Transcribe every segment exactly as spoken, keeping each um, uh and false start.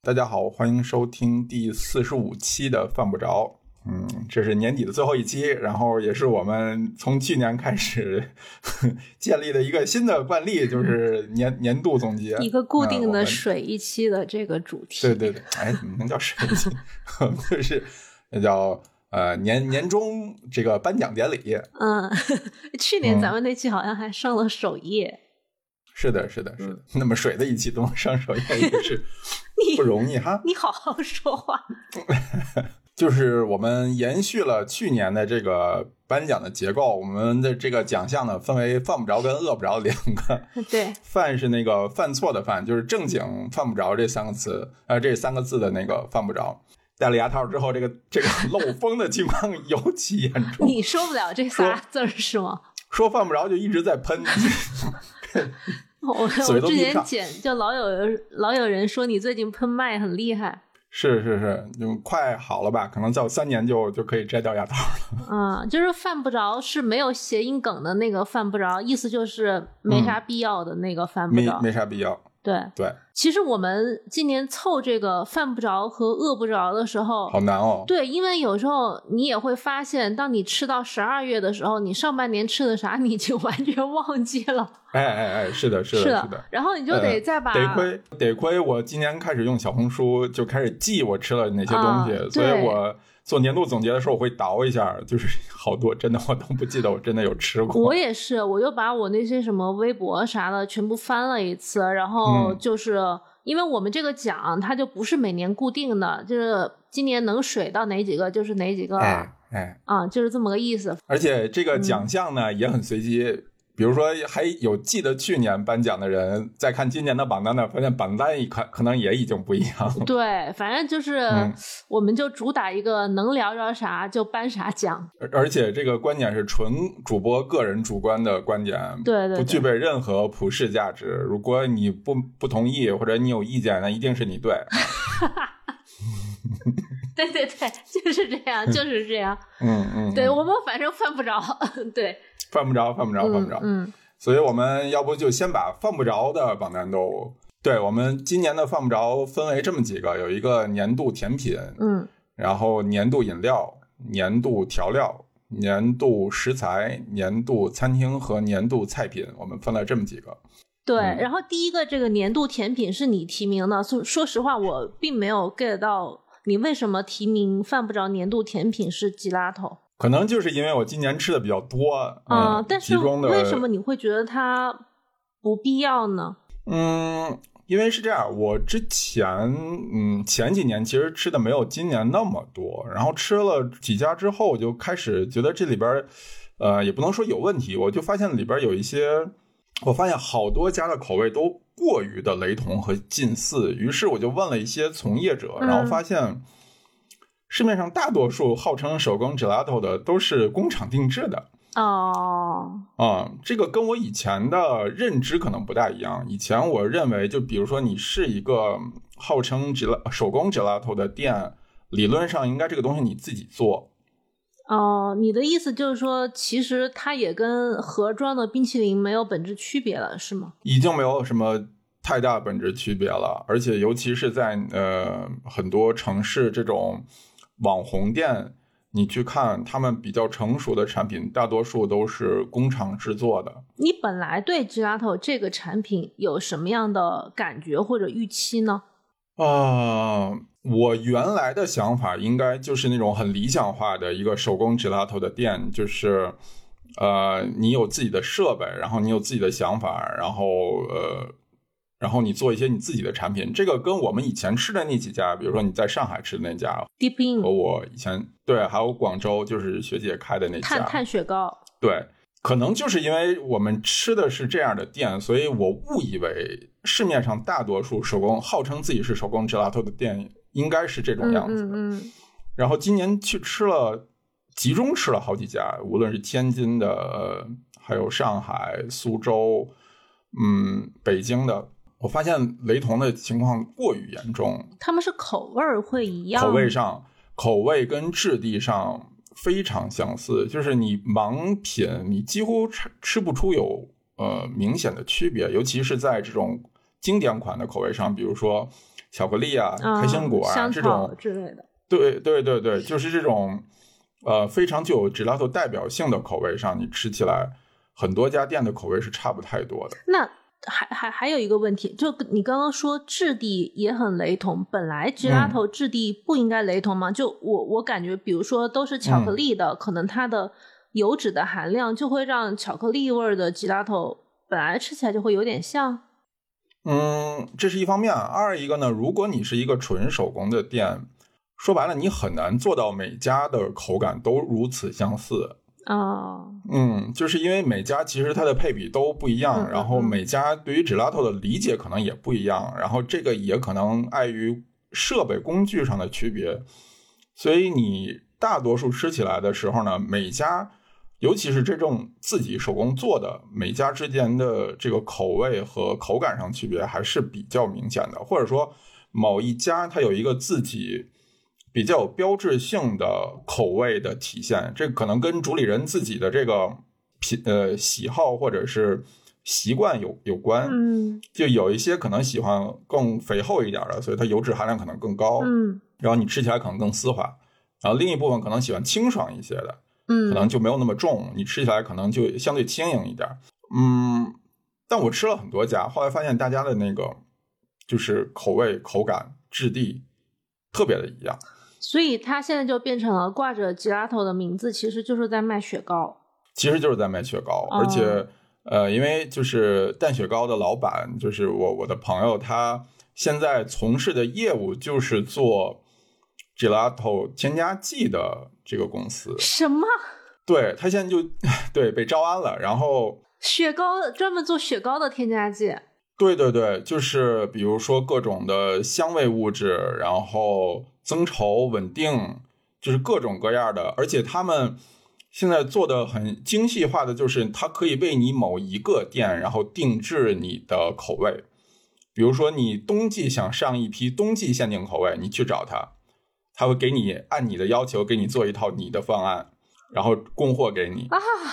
大家好，欢迎收听第四十五期的犯不着。嗯，这是年底的最后一期，然后也是我们从去年开始建立的一个新的惯例，就是年年度总结， 一个固定的水一期的这个主题。 对对对，哎，怎么能叫水一期？就是那叫呃年年终这个颁奖典礼。 嗯，去年咱们那期好像还上了首页。嗯是的，是的，是的。嗯、那么水的一期都能上首页也是不容易哈。 你好好说话。 就是我们延续了去年的这个颁奖的结构，我们的这个奖项呢分为犯不着跟恶不着两个。 对， 犯是那个犯错的犯，就是正经犯不着这三个词，呃，这三个字的那个犯不着。戴了牙套之后，这个这个漏风的情况尤其严重。 你说不了这仨字是吗？ 说犯不着就一直在喷。 我我之前剪就老有老有人说你最近喷麦很厉害。 是是是，就快好了吧？可能再有三年就就可以摘掉牙套了。 嗯，就是犯不着是没有谐音梗的那个犯不着，意思就是没啥必要的那个犯不着， 嗯、没没啥必要。 对对， 其实我们今年凑这个犯不着和饿不着的时候好难哦。 对，因为有时候你也会发现，当你吃到十二月的时候，你上半年吃的啥你就完全忘记了。 哎哎哎，是的，是的， 是的， 是的。 然后你就得再把、 呃、得亏得亏我今年开始用小红书，就开始记我吃了哪些东西， 啊、 所以我做年度总结的时候我会倒一下，就是好多真的我都不记得我真的有吃过。 我也是，我就把我那些什么微博啥的全部翻了一次，然后就是、嗯、因为我们这个奖它就不是每年固定的，就是今年能水到哪几个就是哪几个。 哎哎， 啊，就是这么个意思。 而且这个奖项呢、嗯、也很随机。比如说还有记得去年颁奖的人再看今年的榜单呢，发现榜单一看可能也已经不一样了。 对，反正就是、嗯、我们就主打一个能聊聊啥就颁啥奖， 而且这个观点是纯主播个人主观的观点， 对 对, 对， 不具备任何普世价值。如果你不不同意或者你有意见，那一定是你对。 对对对，就是这样，就是这样。 嗯嗯， 对，我们反正犯不着。对。 犯不着，犯不着，犯不着。 嗯，嗯， 所以我们要不就先把犯不着的榜单都，对，我们今年的犯不着分为这么几个，有一个年度甜品， 嗯， 然后年度饮料、年度调料、年度食材、年度餐厅和年度菜品，我们分了这么几个。 对、嗯，然后第一个这个年度甜品是你提名的，说说实话我并没有 get 到你为什么提名犯不着年度甜品是吉拉头。 可能就是因为我今年吃的比较多啊、 嗯， 但是为什么你会觉得它不必要呢？ 嗯，因为是这样，我之前嗯前几年其实吃的没有今年那么多，然后吃了几家之后，我就开始觉得这里边呃也不能说有问题，我就发现里边有一些，我发现好多家的口味都过于的雷同和近似，于是我就问了一些从业者，然后发现。嗯市面上大多数号称手工 gelato 的都是工厂定制的哦， 啊、嗯，这个跟我以前的认知可能不大一样。以前我认为，就比如说你是一个号称 gelato 手工 gelato 的店，理论上应该这个东西你自己做。 哦，你的意思就是说，其实它也跟盒装的冰淇淋没有本质区别了，是吗？ 已经没有什么太大本质区别了，而且尤其是在呃很多城市这种。网红店你去看他们比较成熟的产品大多数都是工厂制作的。 你本来对 Gelato 这个产品有什么样的感觉或者预期呢？ 呃，我原来的想法应该就是那种很理想化的一个手工 Gelato 的店，就是呃你有自己的设备，然后你有自己的想法，然后呃然后你做一些你自己的产品，这个跟我们以前吃的那几家，比如说你在上海吃的那家 Deep In 和我以前对还有广州就是学姐开的那家碳碳雪糕， 对，可能就是因为我们吃的是这样的店，所以我误以为市面上大多数手工号称自己是手工 gelato 的店应该是这种样子的。 嗯嗯嗯， 然后今年去吃了集中吃了好几家，无论是天津的还有上海苏州嗯北京的，我发现雷同的情况过于严重。 他们是口味会一样， 口味上口味跟质地上非常相似，就是你盲品你几乎吃吃不出有呃明显的区别，尤其是在这种经典款的口味上，比如说巧克力啊、 嗯、 开心果啊这种之类的。 对对对对，就是这种呃非常具有 gelato 代表性的口味上，你吃起来很多家店的口味是差不太多的。 那还还还有一个问题，就你刚刚说质地也很雷同，本来 gelato 质地不应该雷同吗？嗯、就我我感觉，比如说都是巧克力的，嗯、可能它的油脂的含量就会让巧克力味的 gelato 本来吃起来就会有点像。 嗯，这是一方面。二一个呢，如果你是一个纯手工的店，说白了你很难做到每家的口感都如此相似。 哦， 嗯，就是因为每家其实它的配比都不一样，嗯、然后每家对于 gelato 的理解可能也不一样，然后这个也可能碍于设备工具上的区别，所以你大多数吃起来的时候呢，每家尤其是这种自己手工做的，每家之间的这个口味和口感上区别还是比较明显的，或者说某一家它有一个自己比较有标志性的口味的体现，这可能跟主理人自己的这个品呃喜好或者是习惯有有关。 嗯， 就有一些可能喜欢更肥厚一点的，所以它油脂含量可能更高。 嗯， 然后你吃起来可能更丝滑。然后另一部分可能喜欢清爽一些的。 嗯， 可能就没有那么重，你吃起来可能就相对轻盈一点。嗯，但我吃了很多家，后来发现大家的那个就是口味、口感、质地特别的一样。 所以它现在就变成了挂着 gelato 的名字，其实就是在卖雪糕。 其实就是在卖雪糕， 哦、 而且呃，因为就是蛋雪糕的老板，就是我我的朋友，他现在从事的业务就是做gelato 添加剂的这个公司。 什么？ 对，他现在就对被招安了，然后雪糕专门做雪糕的添加剂。 对对对，就是比如说各种的香味物质，然后增稠稳定，就是各种各样的，而且他们现在做的很精细化的，就是它可以为你某一个店然后定制你的口味。比如说你冬季想上一批冬季限定口味，你去找他，他会给你按你的要求给你做一套你的方案，然后供货给你。 啊，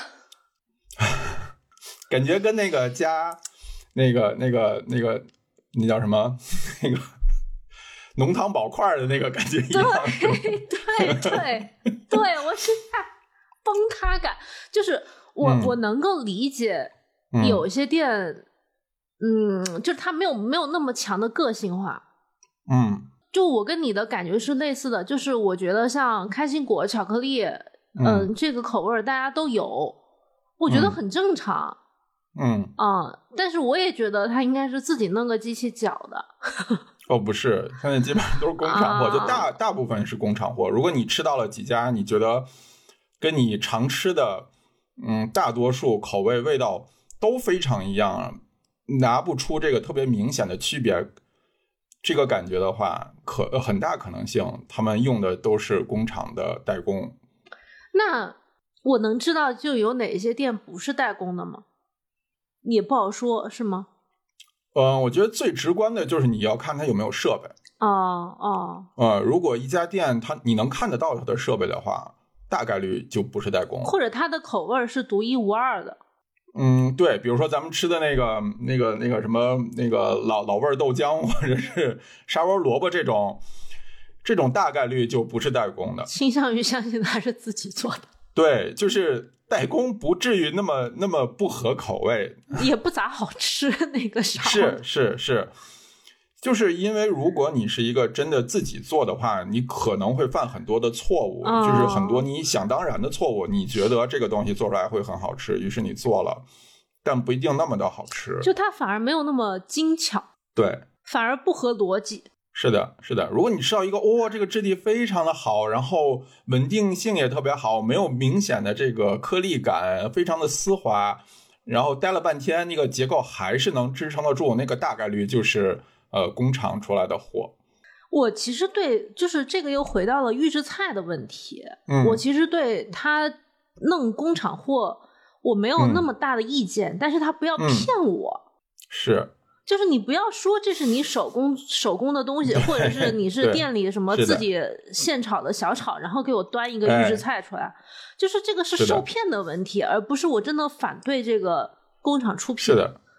感觉跟那个加那个那个那个那叫什么那个浓汤宝块的那个感觉一样。 对对对对，我是在崩塌感，就是我、嗯、我能够理解有些店，嗯，嗯就是它没有没有那么强的个性化。 嗯， 就我跟你的感觉是类似的，就是我觉得像开心果、巧克力，嗯、呃，这个口味大家都有，我觉得很正常。 嗯嗯，但是我也觉得他应该是自己弄个机器搅的。 哦，不是，现在基本上都是工厂货，啊、就大大部分是工厂货。如果你吃到了几家，你觉得跟你常吃的，嗯，大多数口味味道都非常一样，拿不出这个特别明显的区别，这个感觉的话，可很大可能性他们用的都是工厂的代工。 那我能知道就有哪些店不是代工的吗？也不好说，是吗？ 嗯，我觉得最直观的就是你要看它有没有设备。 哦哦。 呃，如果一家店它你能看得到它的设备的话，大概率就不是代工， 或者它的口味是独一无二的。 嗯，对，比如说咱们吃的那个那个那个什么那个老老味豆浆或者是沙窝萝卜这种，这种大概率就不是代工的。 倾向于相信它是自己做的。 对，就是代工不至于那么那么不合口味， 也不咋好吃那个啥。 是是是，就是因为如果你是一个真的自己做的话，你可能会犯很多的错误， 哦、 就是很多你想当然的错误。你觉得这个东西做出来会很好吃，于是你做了，但不一定那么的好吃。 就它反而没有那么精巧， 对， 反而不合逻辑。 是的，是的。如果你吃到一个哦，这个质地非常的好，然后稳定性也特别好，没有明显的这个颗粒感，非常的丝滑，然后待了半天，那个结构还是能支撑得住，那个大概率就是呃工厂出来的货。 我其实对，就是这个又回到了预制菜的问题。 嗯， 我其实对他弄工厂货我没有那么大的意见，嗯、但是他不要骗我。 嗯、是。 就是你不要说这是你手工手工的东西，或者是你是店里什么自己现炒的小炒，然后给我端一个预制菜出来，就是这个是受骗的问题，而不是我真的反对这个工厂出品。 是的，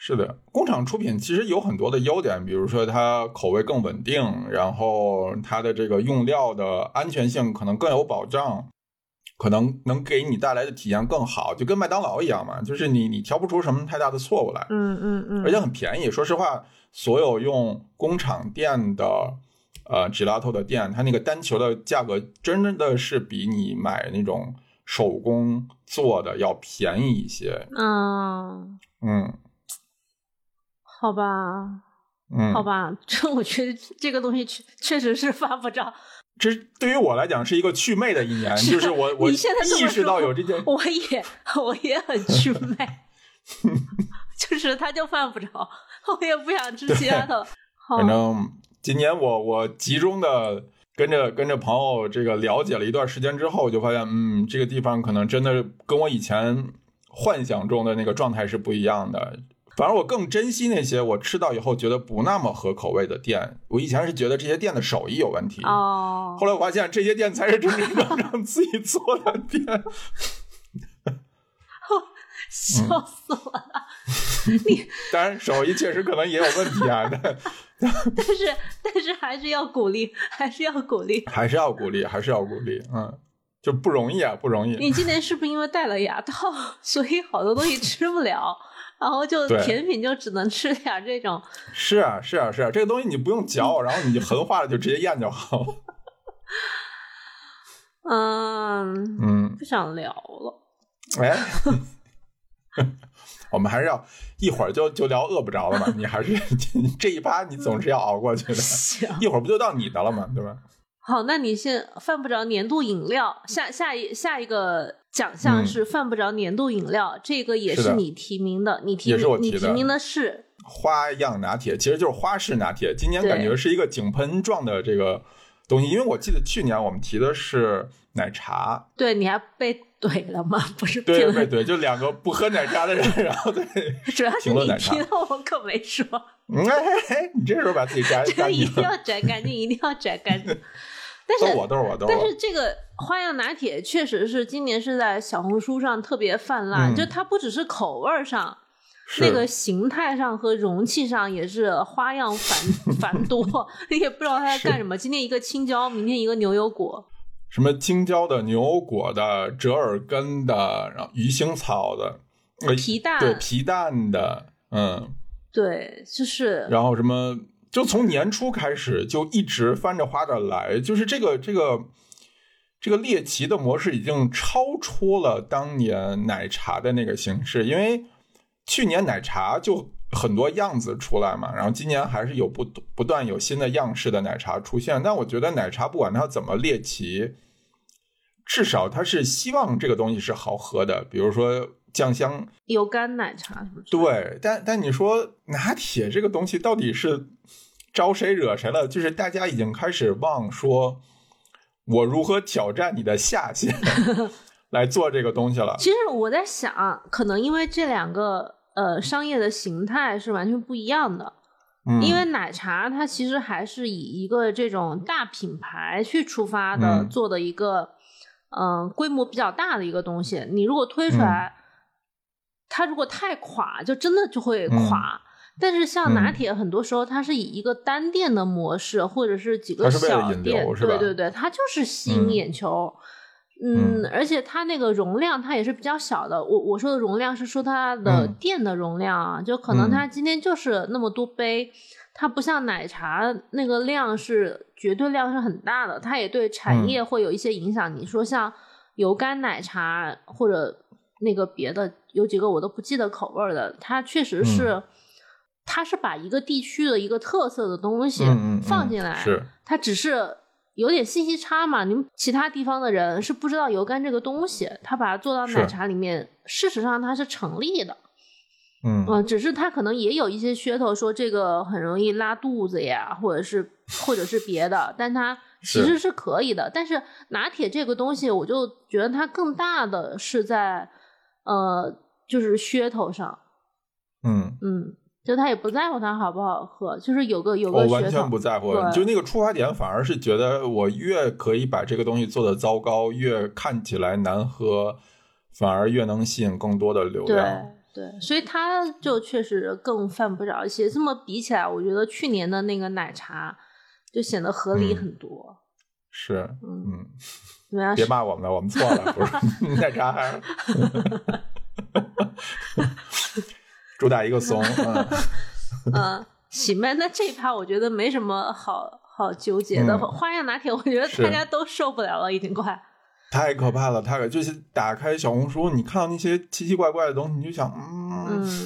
是的，工厂出品其实有很多的优点，比如说它口味更稳定，然后它的这个用料的安全性可能更有保障，可能能给你带来的体验更好，就跟麦当劳一样嘛，就是你你挑不出什么太大的错误来。 嗯嗯嗯， 而且很便宜。说实话，所有用工厂店的呃 gelato 的店，它那个单球的价格真的是比你买那种手工做的要便宜一些。 嗯嗯， 好吧， 嗯， 好吧，这我觉得这个东西确确实是犯不着。 这对于我来讲是一个祛魅的一年， 是就是我我你现在意识到有这件， 我也我也很祛魅，就是他就犯不着，我也不想吃其他的。 反正今年我我集中的跟着跟着朋友这个了解了一段时间之后，就发现嗯，这个地方可能真的跟我以前幻想中的那个状态是不一样的。反而我更珍惜那些我吃到以后觉得不那么合口味的店。我以前是觉得这些店的手艺有问题， 哦， 后来我发现这些店才是真正能让自己做的店。 笑死我了！嗯、你当然手艺确实可能也有问题啊，但但是但是还是要鼓励，还是要鼓励， 还是要鼓励，还是要鼓励，嗯，就不容易啊，不容易。 你今年是不是因为戴了牙套，所以好多东西吃不了？然后就甜品就只能吃点这种。 是啊是啊是啊，这个东西你不用嚼，然后你横化了就直接咽就好。 嗯嗯， 不想聊了。 哎，我们还是要一会儿就就聊饿不着了嘛。你还是这一趴你总是要熬过去的，一会儿不就到你的了嘛，对吧？ 好，那你先犯不着年度饮料，下下一下一个奖项是犯不着年度饮料，嗯、这个也是你提名的，你提也是我提的， 你提名的是花样拿铁，其实就是花式拿铁。今年感觉是一个井喷状的这个东西，因为我记得去年我们提的是奶茶， 对，你还被怼了吗？不是， 对对对，就两个不喝奶茶的人，然后对， 主要是你提的，我可没说。 嗯，哎，你这时候把自己摘干净， 一定要摘干净，一定要摘干净。但是都我都是我都是我。 但是这个花样拿铁确实是今年是在小红书上特别泛滥，嗯、就它不只是口味上，那个形态上和容器上也是花样繁繁多，也不知道它在干什么。今天一个青椒，明天一个牛油果。 什么青椒的、牛油果的、折耳根的，然后鱼腥草的、 皮蛋， 对皮蛋的，嗯， 对，就是， 然后什么，就从年初开始就一直翻着花着来，就是这个这个这个猎奇的模式已经超出了当年奶茶的那个形式，因为去年奶茶就很多样子出来嘛，然后今年还是有不不断有新的样式的奶茶出现，但我觉得奶茶不管它怎么猎奇，至少它是希望这个东西是好喝的，比如说酱香油甘奶茶是不是？ 对，但但你说拿铁这个东西到底是招谁惹谁了？就是大家已经开始忘说我如何挑战你的下限来做这个东西了。 其实我在想，可能因为这两个呃商业的形态是完全不一样的。嗯、因为奶茶它其实还是以一个这种大品牌去出发的，嗯、做的一个嗯、呃、规模比较大的一个东西。你如果推出来，嗯、它如果太垮，就真的就会垮。嗯、但是像拿铁，很多时候它是以一个单店的模式，嗯、或者是几个小店，对对对，它就是吸引眼球。嗯, 嗯，而且它那个容量它也是比较小的。我我说的容量是说它的店的容量啊，嗯、就可能它今天就是那么多杯，嗯、它不像奶茶那个量是绝对量是很大的，它也对产业会有一些影响。嗯、你说像油甘奶茶或者那个别的有几个我都不记得口味的，它确实是。嗯它是把一个地区的一个特色的东西放进来，嗯嗯嗯、是它只是有点信息差嘛。你们其他地方的人是不知道油甘这个东西，他把它做到奶茶里面，事实上它是成立的。嗯、呃、只是它可能也有一些噱头，说这个很容易拉肚子呀，或者是或者是别的，但它其实是可以的。但是拿铁这个东西，我就觉得它更大的是在呃，就是噱头上。嗯嗯。就他也不在乎它好不好喝，就是有个有个噱头， 我完全不在乎。就那个出发点反而是觉得我越可以把这个东西做得糟糕，越看起来难喝，反而越能吸引更多的流量。 对，所以它就确实更犯不着一些。这么比起来，我觉得去年的那个奶茶就显得合理很多。 嗯、是，嗯， 怎么样？ 别骂我们了，我们错了，不是奶茶还主打一个怂。嗯， 嗯，行呗。那这一趴我觉得没什么好好纠结的。嗯、花样拿铁，我觉得大家都受不了了，已经快。 太可怕了！太就是打开小红书，你看到那些奇奇怪怪的东西，你就想，嗯， 嗯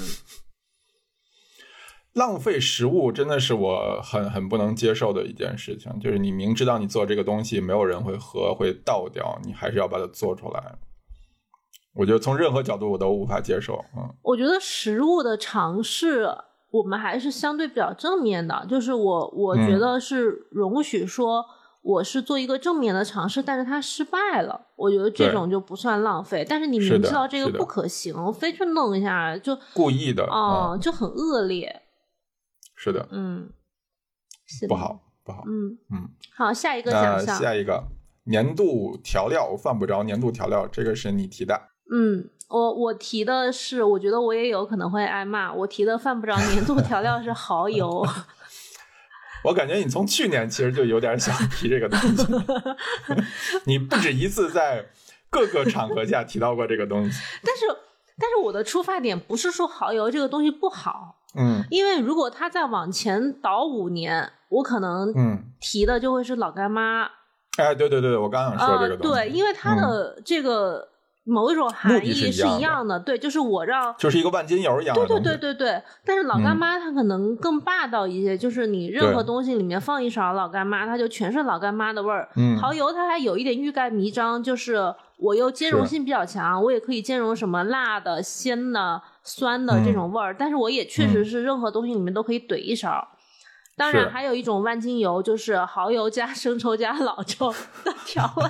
浪费食物真的是我很很不能接受的一件事情。就是你明知道你做这个东西没有人会喝，会倒掉，你还是要把它做出来。我觉得从任何角度我都无法接受。嗯， 我觉得食物的尝试，我们还是相对比较正面的，就是我我觉得是容许说。嗯我是做一个正面的尝试，但是它失败了，我觉得这种就不算浪费。但是你明知道这个不可行，非去弄一下，就故意的， 哦、 嗯， 就很恶劣。 是的， 嗯， 不好，不好。 嗯嗯， 好，下一个奖项， 下一个年度调料，犯不着年度调料，这个是你提的。 嗯，我我提的是，我觉得我也有可能会挨骂。我提的犯不着年度调料是蚝油。 我感觉你从去年其实就有点想提这个东西，你不止一次在各个场合下提到过这个东西。 但是，但是我的出发点不是说蚝油这个东西不好， 嗯， 因为如果它再往前倒五年，我可能提的就会是老干妈。 嗯、哎，对对对，我刚想说这个东西， 呃、对，因为它的这个。嗯某一种含义是一样的，对，就是我让就是一个万金油一样的东西， 对对对对对。但是老干妈它可能更霸道一些，嗯、就是你任何东西里面放一勺老干妈，它就全是老干妈的味儿。 嗯， 蚝油它还有一点欲盖弥彰，就是我又兼容性比较强，我也可以兼容什么辣的、鲜的、酸的这种味儿，嗯、但是我也确实是任何东西里面都可以怼一勺。嗯、当然还有一种万金油，就是蚝油加生抽加老抽的调味。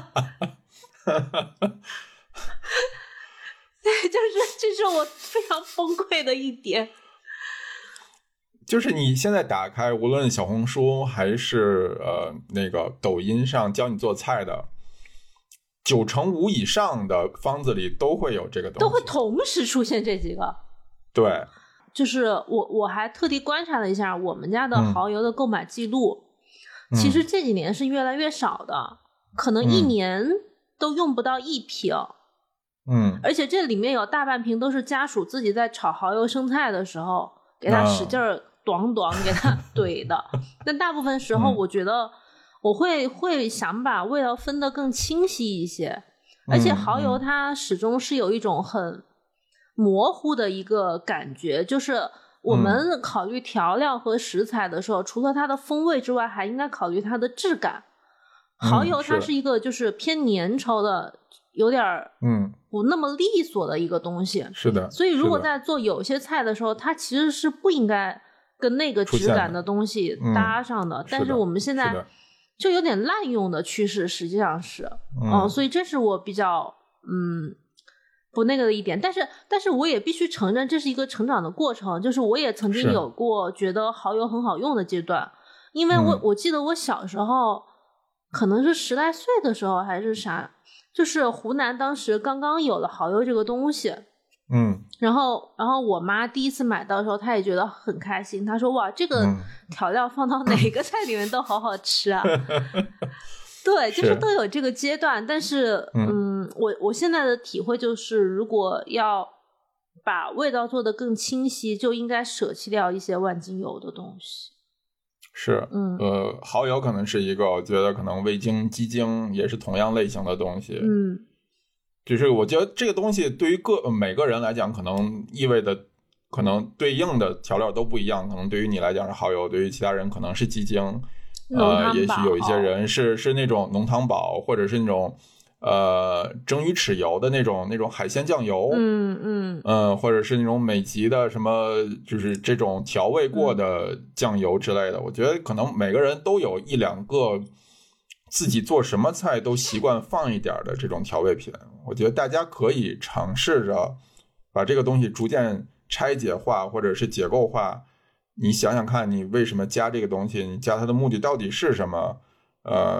对，就是这是我非常崩溃的一点。 就是你现在打开，无论小红书还是呃那个抖音上教你做菜的，九成五以上的方子里都会有这个东西， 都会同时出现这几个。 对， 就是我我还特地观察了一下我们家的蚝油的购买记录，嗯、其实这几年是越来越少的，可能一年都用不到一瓶。 嗯， 而且这里面有大半瓶都是家属自己在炒蚝油生菜的时候给它使劲儿短短给它怼的。但大部分时候我觉得我会会想把味道分得更清晰一些，而且蚝油它始终是有一种很模糊的一个感觉，就是我们考虑调料和食材的时候，除了它的风味之外，还应该考虑它的质感。蚝油它是一个就是偏粘稠的，有点嗯不那么利索的一个东西， 是的。 所以如果在做有些菜的时候，它其实是不应该跟那个质感的东西搭上的。 嗯、 但是我们现在就有点滥用的趋势，实际上是，嗯、呃，所以这是我比较嗯不那个的一点。但是，但是我也必须承认，这是一个成长的过程。就是我也曾经有过觉得蚝油很好用的阶段，因为我、嗯、我记得我小时候。可能是十来岁的时候还是啥，就是湖南当时刚刚有了蚝油这个东西， 嗯， 然后然后我妈第一次买到的时候，她也觉得很开心，她说哇，这个调料放到哪个菜里面都好好吃啊。对，就是都有这个阶段，但是嗯，嗯我我现在的体会就是，如果要把味道做得更清晰，就应该舍弃掉一些万金油的东西。 是， 嗯， 呃，蚝油可能是一个，我觉得可能味精、鸡精也是同样类型的东西， 嗯， 就是我觉得这个东西对于个每个人来讲，可能意味的可能对应的调料都不一样，可能对于你来讲是蚝油，对于其他人可能是鸡精，呃，也许有一些人是是那种浓汤宝，或者是那种呃蒸鱼豉油的那种那种海鲜酱油， 嗯嗯嗯，或者是那种美极的什么，就是这种调味过的酱油之类的。嗯、我觉得可能每个人都有一两个自己做什么菜都习惯放一点的这种调味品。我觉得大家可以尝试着把这个东西逐渐拆解化，或者是解构化。你想想看，你为什么加这个东西？你加它的目的到底是什么？呃。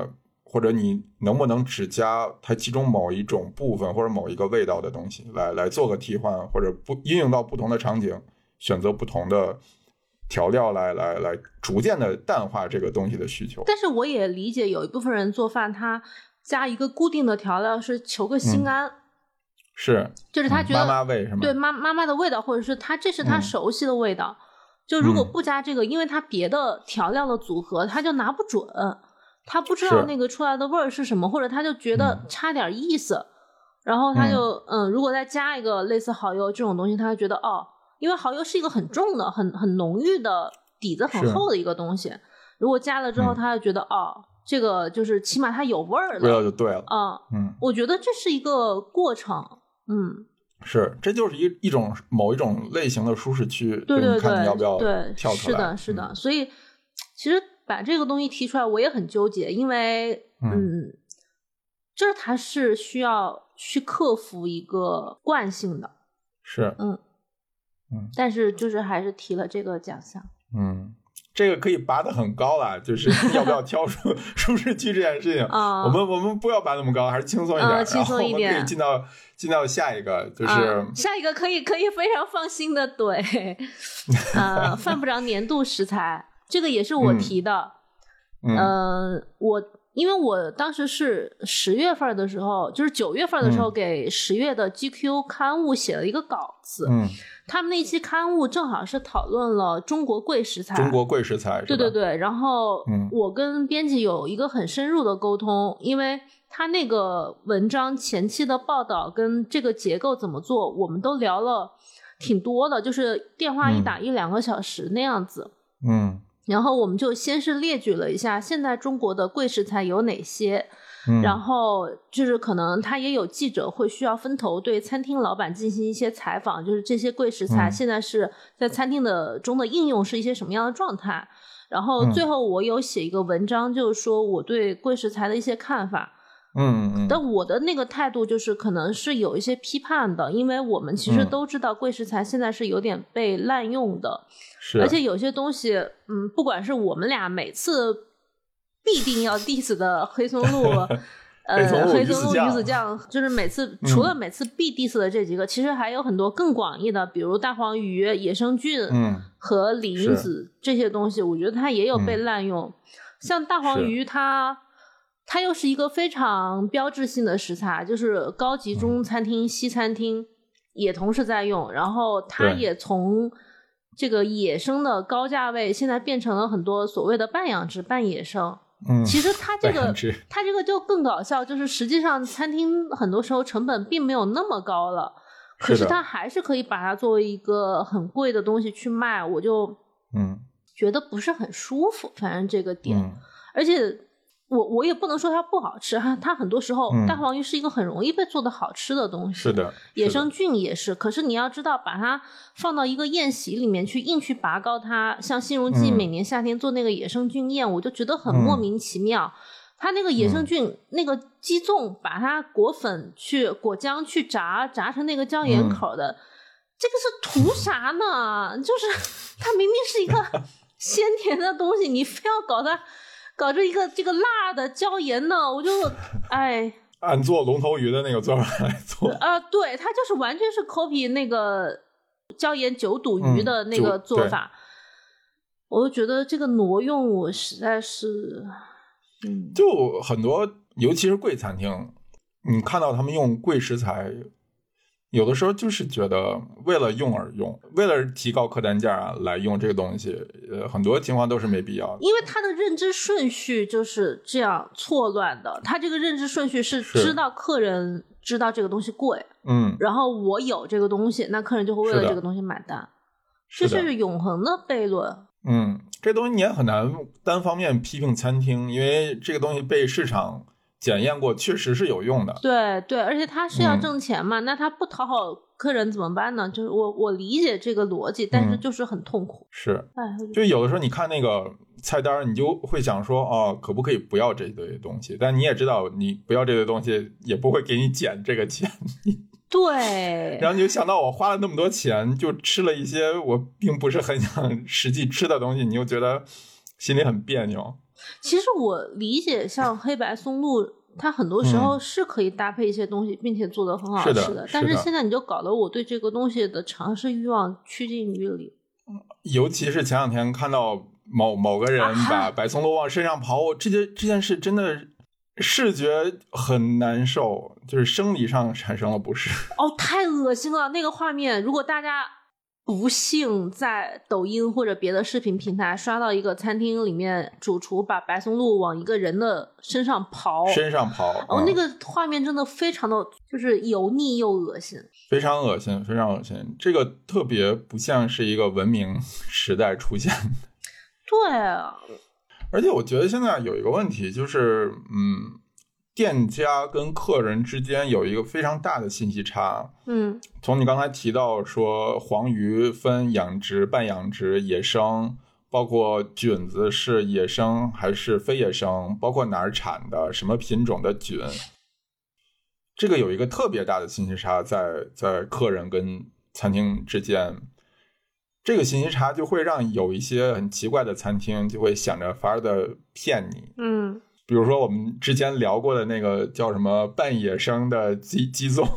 或者你能不能只加它其中某一种部分或者某一个味道的东西来来做个替换，或者不应用到不同的场景，选择不同的调料来来来逐渐的淡化这个东西的需求。 但是我也理解有一部分人做饭他加一个固定的调料是求个心安、嗯、 是就是他觉得、 嗯、妈妈味是吗？ 对妈妈妈的味道，或者是他这是他熟悉的味道、嗯、就如果不加这个、嗯、因为他别的调料的组合他就拿不准，他不知道那个出来的味儿是什么，或者他就觉得差点意思、嗯、然后他就 嗯, 嗯，如果再加一个类似蚝油这种东西，他就觉得哦，因为蚝油是一个很重的很很浓郁的底子很厚的一个东西，如果加了之后他就觉得、嗯、哦，这个就是起码它有味儿了， 味道就对了啊、嗯。嗯，我觉得这是一个过程。嗯， 是，这就是一一种某一种类型的舒适区， 对对对， 看你要不要对跳出来。 是的，是的、嗯。所以其实把这个东西提出来，我也很纠结，因为嗯，嗯就是它是需要去克服一个惯性的， 是， 嗯嗯，但是就是还是提了这个奖项， 嗯。这个可以拔得很高了，就是要不要跳出舒适区这件事情、 uh, 我们我们不要拔那么高，还是轻松一点、 uh, 轻松一点， 然后我们可以进到进到下一个，就是、 uh, 下一个可以可以非常放心的对呃，犯不着年度食材，这个也是我提的。嗯、呃，我因为我当时是十月份的时候，就是九月份的时候给十月的 G Q 刊物写了一个稿子， 嗯， 他们那期刊物正好是讨论了中国贵食材， 中国贵食材， 对对对。然后我跟编辑有一个很深入的沟通，嗯、因为他那个文章前期的报道跟这个结构怎么做，我们都聊了挺多的，就是电话一打一两个小时那样子。 嗯。 然后我们就先是列举了一下现在中国的贵食材有哪些。嗯、然后就是可能他也有记者会需要分头对餐厅老板进行一些采访，就是这些贵食材现在是在餐厅的中的应用是一些什么样的状态。然后最后我有写一个文章，就是说我对贵食材的一些看法。 嗯嗯。 但我的那个态度就是可能是有一些批判的，因为我们其实都知道贵食材现在是有点被滥用的， 是。 而且有些东西，嗯，不管是我们俩每次必定要 diss 的黑松露呃，黑松露鱼子酱，就是每次、嗯、除了每次必 diss 的这几个，其实还有很多更广义的，比如大黄鱼、野生菌和李云子、嗯、这些东西，我觉得它也有被滥用。嗯、像大黄鱼它它又是一个非常标志性的食材，就是高级中餐厅、嗯、西餐厅也同时在用，然后它也从这个野生的高价位现在变成了很多所谓的半养殖半野生。 嗯， 其实它这个它这个就更搞笑，就是实际上餐厅很多时候成本并没有那么高了，可是它还是可以把它作为一个很贵的东西去卖，我就嗯觉得不是很舒服，反正这个点、 嗯、 而且我我也不能说它不好吃，它它很多时候、 嗯、 大黄鱼是一个很容易被做的好吃的东西， 是的， 野生菌也是，可是你要知道把它放到一个宴席里面去硬去拔高它，像新荣记每年夏天做那个野生菌宴、嗯、我就觉得很莫名其妙、嗯、它那个野生菌、嗯、那个鸡枞把它裹粉去果浆去炸炸成那个椒盐口的、嗯、这个是图啥呢？就是它明明是一个鲜甜的东西，你非要搞它搞着一个这个辣的椒盐呢，我就哎， 按做龙头鱼的那个做法来做啊、呃，对，它就是完全是 copy 那个椒盐九肚鱼的那个做法，嗯、我就觉得这个挪用我实在是，嗯， 就很多，尤其是贵餐厅，你看到他们用贵食材。有的时候就是觉得为了用而用，为了提高客单价来用这个东西，呃，很多情况都是没必要的。 因为他的认知顺序就是这样错乱的，他这个认知顺序是知道客人知道这个东西贵， 嗯， 然后我有这个东西，那客人就会为了这个东西买单，这是永恒的悖论。 嗯，这东西你也很难单方面批评餐厅，因为这个东西被市场检验过，确实是有用的。 对对，而且他是要挣钱嘛、嗯、那他不讨好客人怎么办呢？就是我我理解这个逻辑，但是就是很痛苦、嗯、 是，就有的时候你看那个菜单，你就会想说哦，可不可以不要这堆东西，但你也知道你不要这堆东西也不会给你减这个钱。 对， 然后你就想到我花了那么多钱就吃了一些我并不是很想实际吃的东西，你又觉得心里很别扭。 其实我理解像黑白松露它很多时候是可以搭配一些东西、嗯、并且做得很好吃 的, 是的但是现在你就搞得我对这个东西的尝试欲望趋近于零。 尤其是前两天看到某某个人把白松露往身上刨、啊、这件这件事真的视觉很难受，就是生理上产生了不适。 哦，太恶心了那个画面。如果大家不幸在抖音或者别的视频平台刷到一个餐厅里面主厨把白松露往一个人的身上刨身上刨、嗯、 哦，那个画面真的非常的就是油腻又恶心， 非常恶心非常恶心。这个特别不像是一个文明时代出现的。 对啊， 而且我觉得现在有一个问题就是嗯，店家跟客人之间有一个非常大的信息差。 嗯， 从你刚才提到说黄鱼分养殖、半养殖、野生，包括菌子是野生还是非野生，包括哪儿产的，什么品种的菌，这个有一个特别大的信息差在在客人跟餐厅之间。这个信息差就会让有一些很奇怪的餐厅就会想着法儿的骗你。 嗯， 比如说我们之前聊过的那个叫什么半野生的鸡鸡枞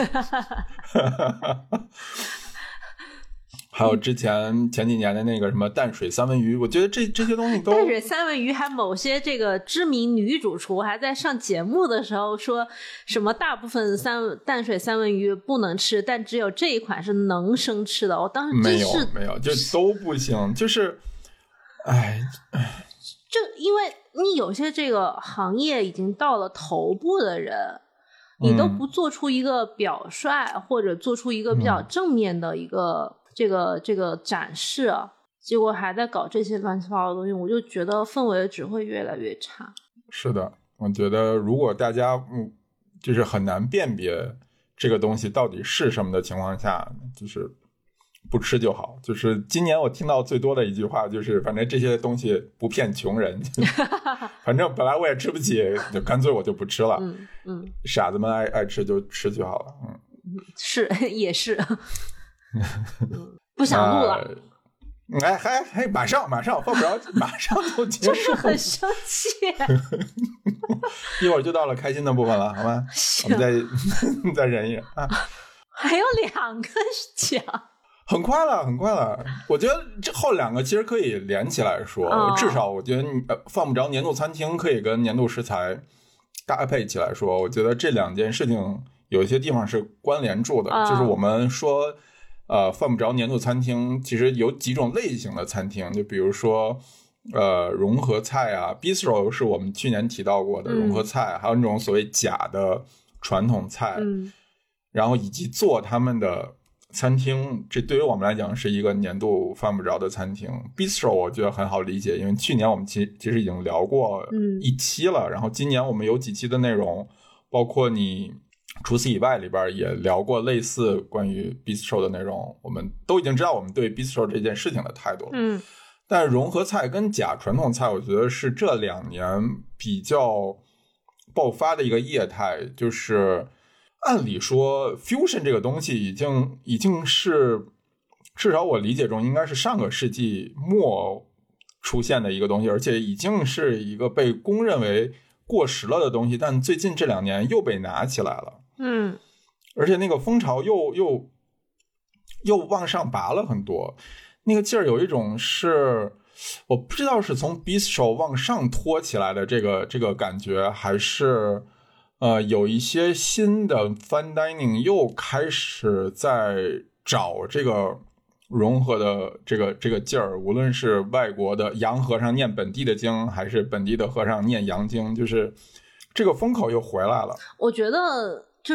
还有之前前几年的那个什么淡水三文鱼，我觉得这这些东西都淡水三文鱼还某些这个知名女主厨还在上节目的时候说什么大部分三淡水三文鱼不能吃，但只有这一款是能生吃的。我当时真是没有没有就都不行，就是哎就因为你有些这个行业已经到了头部的人，你都不做出一个表率、嗯、或者做出一个比较正面的一个、嗯、这个这个展示，结果还在搞这些乱七八糟的东西，我就觉得氛围只会越来越差。 是的，我觉得如果大家嗯就是很难辨别这个东西到底是什么的情况下，就是不吃就好。就是今年我听到最多的一句话就是反正这些东西不骗穷人反正本来我也吃不起，就干脆我就不吃了。 嗯嗯， 傻子们爱爱吃就吃就好了。嗯， 是也是嗯、不想录了、呃哎，还还马上马上放不着，马上就结束， 就是很生气。 一会儿就到了开心的部分了，好吗？我们再再忍一忍啊。 还有两个讲， 很快了，很快了。我觉得这后两个其实可以连起来说，哦、至少我觉得你放不着年度餐厅可以跟年度食材搭配起来说。我觉得这两件事情有一些地方是关联住的，哦、就是我们说。呃，犯不着年度餐厅，其实有几种类型的餐厅，就比如说，呃，融合菜啊 ，bistro 是我们去年提到过的融合菜，嗯、还有那种所谓假的传统菜， 嗯， 然后以及做他们的餐厅，这对于我们来讲是一个年度犯不着的餐厅。bistro 我觉得很好理解，因为去年我们其其实已经聊过一期了，嗯、然后今年我们有几期的内容，包括你。除此以外里边也聊过类似关于 bistro 的内容，我们都已经知道我们对 bistro 这件事情的态度了。 嗯， 但融合菜跟假传统菜我觉得是这两年比较爆发的一个业态，就是按理说 fusion 这个东西已经已经是至少我理解中应该是上个世纪末出现的一个东西，而且已经是一个被公认为过时了的东西，但最近这两年又被拿起来了。 嗯， 而且那个风潮又又又往上拔了很多，那个劲儿有一种是我不知道是从 bistro 往上拖起来的这个这个感觉，还是呃有一些新的 fine dining 又开始在找这个融合的这个这个劲儿，无论是外国的洋和尚念本地的经，还是本地的和尚念洋经，就是这个风口又回来了。 我觉得就是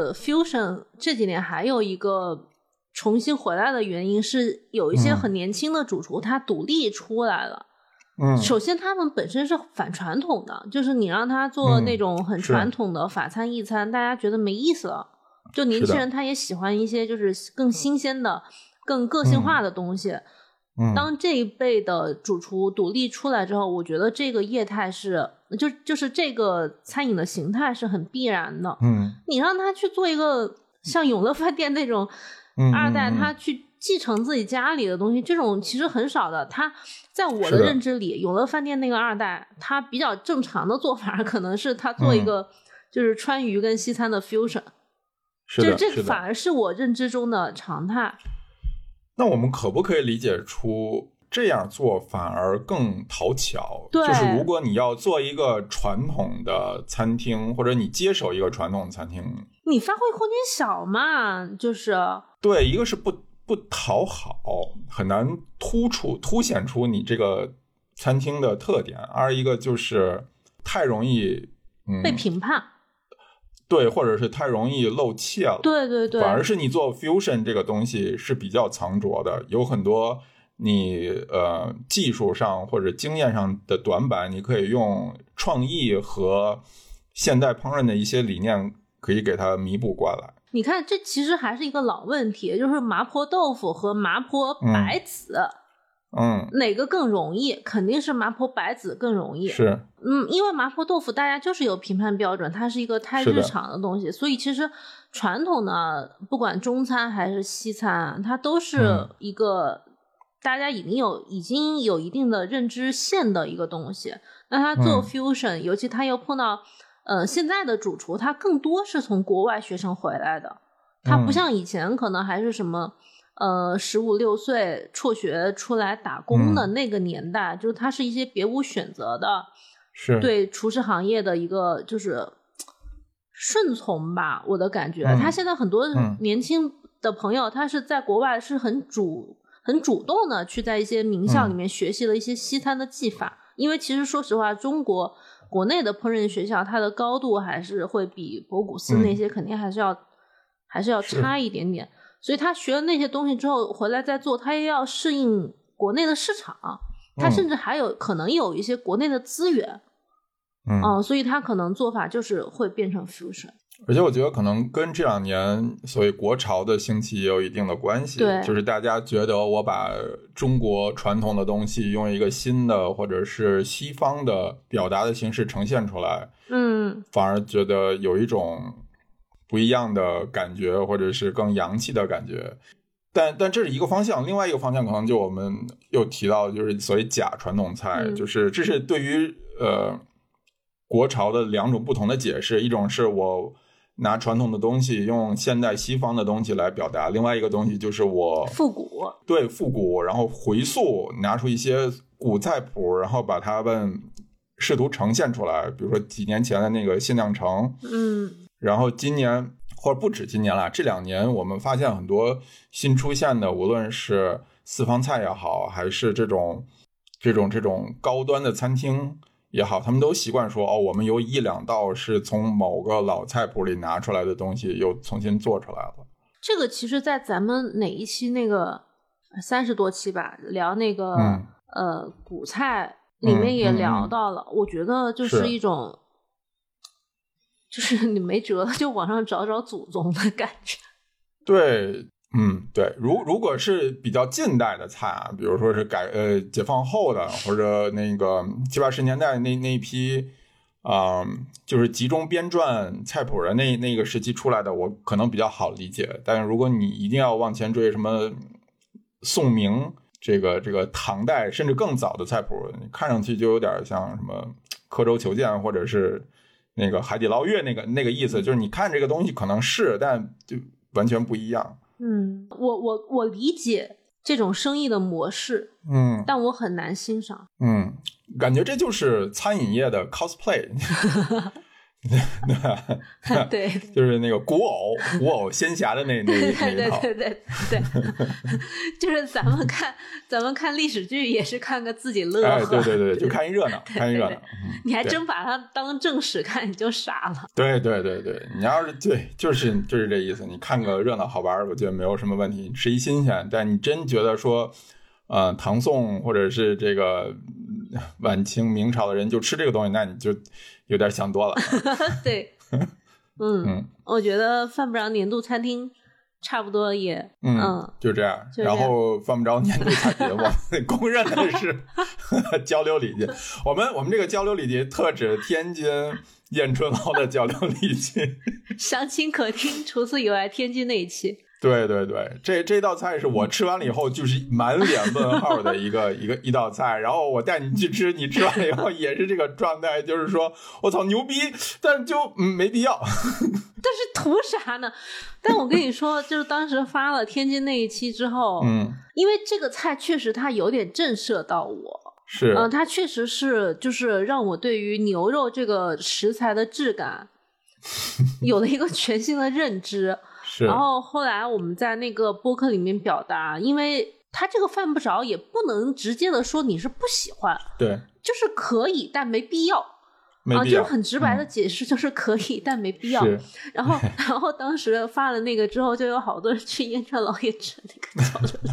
fusion 这几年还有一个重新回来的原因是有一些很年轻的主厨他独立出来了。 嗯， 首先他们本身是反传统的，就是你让他做那种很传统的法餐意餐，嗯、大家觉得没意思了。就年轻人他也喜欢一些就是更新鲜的更个性化的东西。 嗯， 当这一辈的主厨独立出来之后，我觉得这个业态是就就是这个餐饮的形态是很必然的。 嗯， 你让他去做一个像永乐饭店那种二代，他去继承自己家里的东西，这种其实很少的。他在我的认知里，永乐饭店那个二代，他比较正常的做法可能是他做一个、嗯、就是川渝跟西餐的 fusion， 是的， 这这反而是我认知中的常态。 那我们可不可以理解出这样做反而更讨巧？ 对， 就是如果你要做一个传统的餐厅，或者你接手一个传统餐厅， 你发挥空间小嘛，就是对，一个是不不讨好，很难突出凸显出你这个餐厅的特点；二一个就是太容易、嗯、 被评判， 对，或者是太容易露怯了。 对对对， 反而是你做 fusion 这个东西是比较藏拙的，有很多你呃技术上或者经验上的短板，你可以用创意和现代烹饪的一些理念可以给它弥补过来。 你看，这其实还是一个老问题，就是麻婆豆腐和麻婆白子， 嗯， 哪个更容易？肯定是麻婆白子更容易。 是， 嗯，因为麻婆豆腐大家就是有评判标准，它是一个太日常的东西，所以其实传统的不管中餐还是西餐，它都是一个大家已经有已经有一定的认知线的一个东西。那它做 fusion，、嗯、尤其它又碰到。呃，现在的主厨他更多是从国外学生回来的，他不像以前可能还是什么、嗯、呃十五六岁辍学出来打工的那个年代，嗯、就是他是一些别无选择的， 是对厨师行业的一个就是顺从吧，我的感觉。嗯、他现在很多年轻的朋友，嗯、他是在国外是很主很主动的去在一些名校里面学习了一些西餐的技法，嗯、因为其实说实话，中国。国内的烹饪学校，它的高度还是会比博古斯那些肯定还是要、嗯、还是要差一点点，所以他学了那些东西之后回来再做，他又要适应国内的市场，他甚至还有、嗯、可能有一些国内的资源， 嗯、 呃，所以他可能做法就是会变成 fusion。 而且我觉得可能跟这两年所谓国潮的兴起也有一定的关系， 对， 就是大家觉得我把中国传统的东西用一个新的或者是西方的表达的形式呈现出来， 嗯， 反而觉得有一种不一样的感觉，或者是更洋气的感觉。但但这是一个方向，另外一个方向可能就我们又提到就是所谓假传统菜， 嗯、 就是这是对于呃国潮的两种不同的解释，一种是我拿传统的东西用现代西方的东西来表达，另外一个东西就是我复古， 对复古，然后回溯拿出一些古菜谱，然后把它们试图呈现出来，比如说几年前的那个新酿城， 嗯， 然后今年或者不止今年了，这两年我们发现很多新出现的，无论是私房菜也好，还是这种这种这种高端的餐厅也好，他们都习惯说哦，我们有一两道是从某个老菜谱里拿出来的东西又重新做出来了。 这个其实在咱们哪一期那个三十多期吧，聊那个、嗯、呃古菜里面也聊到了、嗯嗯、我觉得就是一种是就是你没辙就往上找找祖宗的感觉。 对，嗯，对，如如果是比较近代的菜啊，比如说是改呃解放后的，或者那个七八十年代那那一批啊、呃，就是集中编撰菜谱的那那个时期出来的，我可能比较好理解。但是如果你一定要往前追，什么宋明这个这个唐代甚至更早的菜谱，你看上去就有点像什么刻舟求剑，或者是那个海底捞月那个那个意思，就是你看这个东西可能是，但就完全不一样。 嗯，我我我理解这种生意的模式， 嗯， 但我很难欣赏。 嗯，感觉这就是餐饮业的 cosplay。对对， 就是那个古偶古偶仙侠的那那那一套。 对对对对对，就是咱们看咱们看历史剧也是看个自己乐呵。 哎，对对对，就看一热闹，看一热闹。 你还真把它当正史看，你就傻了。 对对对对，你要是对，就是就是这意思。你看个热闹好玩，我觉得没有什么问题，吃一新鲜。但你真觉得说，呃，唐宋或者是这个晚清明朝的人就吃这个东西，那你就有点想多了。 对，嗯嗯，我觉得犯不着年度餐厅差不多也嗯, 嗯就这样，就这样然后犯不着年度餐厅，我公认的是交流礼节。我们我们这个交流礼节特指天津燕春楼的交流礼节， 详情可听除此以外天津那一期。 对对对，这这道菜是我吃完了以后就是满脸问号的一个一个一道菜，然后我带你去吃，你吃完了以后也是这个状态，就是说我操牛逼，但就、嗯、没必要。 但是图啥呢？但我跟你说，就是当时发了天津那一期之后， 嗯， 因为这个菜确实它有点震慑到我， 是， 嗯、呃，它确实是就是让我对于牛肉这个食材的质感有了一个全新的认知。 是， 然后后来我们在那个播客里面表达，因为他这个犯不着，也不能直接的说你是不喜欢， 对， 就是可以但没必要， 没必要、 啊、就是很直白的解释，就是可以、嗯、但没必要。然后然后当时发了那个之后，就有好多人去燕川老爷吃那个饺子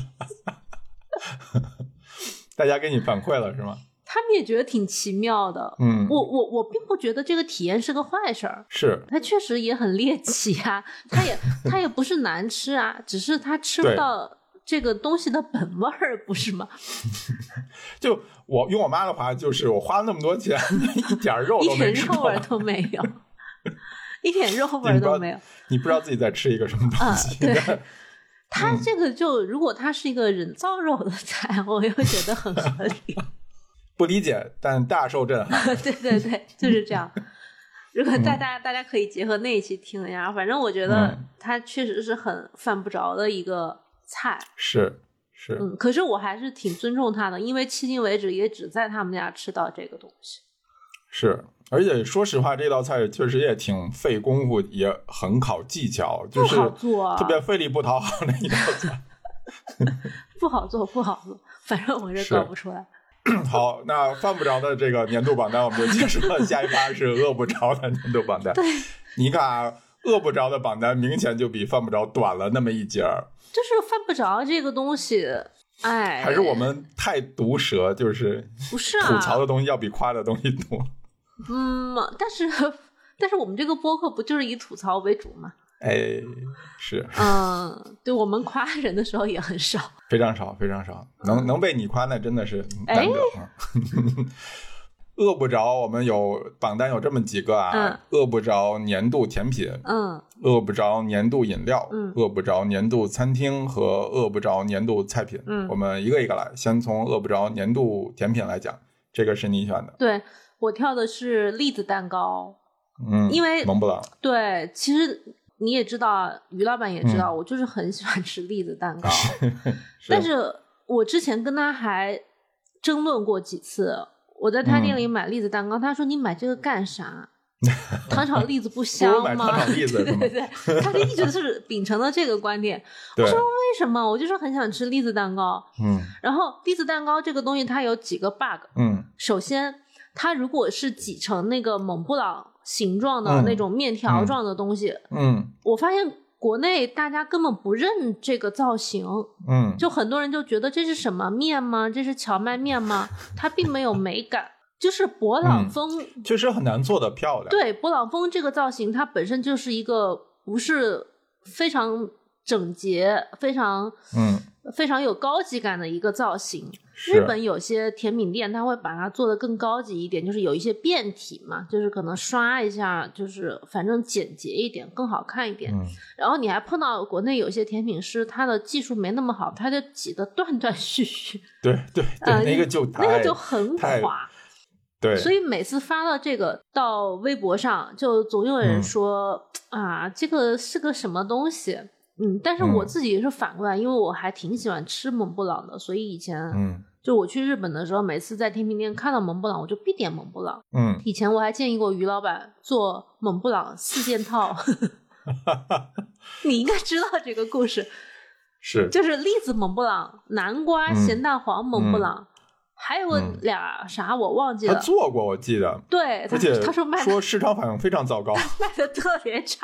大家给你反馈了是吗？ 他们也觉得挺奇妙的， 嗯， 我我我并不觉得这个体验是个坏事儿， 是， 它确实也很猎奇啊，它也它也不是难吃啊，只是它吃不到这个东西的本味儿，不是吗？ 就我用我妈的话，就是我花了那么多钱，一点肉都没吃到， 一点肉味都没有，一点肉味都没有， 你不知道自己在吃一个什么东西。 啊、对。它这个就、嗯、如果它是一个人造肉的菜，我又觉得很合理。 不理解，但大受震撼。 对对对，就是这样。如果大家、嗯、大家可以结合那一期听一下，反正我觉得它确实是很犯不着的一个菜。 是是， 嗯，可是我还是挺尊重它的，因为迄今为止也只在他们家吃到这个东西。 是，而且说实话，这道菜确实也挺费功夫，也很考技巧，就是不好做， 特别费力不讨好的一道菜。 不好做，不好做，反正我是搞不出来。 好，那犯不着的这个年度榜单我们就结束了，下一趴是饿不着的年度榜单。 对， 你看啊，饿不着的榜单明显就比犯不着短了那么一截儿。 就是犯不着这个东西，哎， 还是我们太毒舌，就是不是啊？ 吐槽的东西要比夸的东西多。 嗯，但是但是我们这个播客不就是以吐槽为主吗？ 哎，是， 嗯，对，我们夸人的时候也很少， 非常少，非常少，能能被你夸那真的是难得。哎、饿不着，我们有榜单有这么几个啊，嗯、饿不着年度甜品， 嗯， 饿不着年度饮料， 嗯， 饿不着年度餐厅和饿不着年度菜品， 嗯， 我们一个一个来，先从饿不着年度甜品来讲，这个是你选的， 对，我挑的是栗子蛋糕， 嗯， 因为蒙布朗， 对，其实。你也知道，于老板也知道、嗯、我就是很喜欢吃栗子蛋糕但是我之前跟他还争论过几次，我在他店里买栗子蛋糕、嗯、他说你买这个干啥糖炒栗子不香吗？ 糖炒栗子对对对，他就一直是秉承了这个观点我说为什么？我就说很想吃栗子蛋糕， 嗯， 然后栗子蛋糕这个东西它有几个 bug， 嗯， 首先它如果是挤成那个蒙布朗形状的那种面条状的东西， 嗯，嗯我发现国内大家根本不认这个造型， 嗯， 就很多人就觉得这是什么面吗？这是荞麦面吗？它并没有美感，就是勃朗峰、 嗯、确实很难做得漂亮。 对，勃朗峰这个造型，它本身就是一个不是非常整洁、非常嗯非常有高级感的一个造型。日本有些甜品店它会把它做得更高级一点，就是有一些变体嘛，就是可能刷一下，就是反正简洁一点更好看一点、 嗯、 然后你还碰到国内有些甜品师他的技术没那么好，他就挤得断断续续， 对对对、呃、那个就那个就很垮， 对， 所以每次发到这个到微博上就总有人说、嗯、啊这个是个什么东西，嗯，但是我自己也是反过来、嗯、因为我还挺喜欢吃蒙布朗的，所以以前嗯就我去日本的时候，每次在甜品店看到蒙布朗我就必点蒙布朗。 嗯， 以前我还建议过于老板做蒙布朗四件套你应该知道这个故事， 是就是栗子蒙布朗、南瓜咸蛋黄蒙布朗、嗯、还有俩啥我忘记了， 他做过我记得， 对， 而且他说卖说市场反应非常糟糕卖的特别差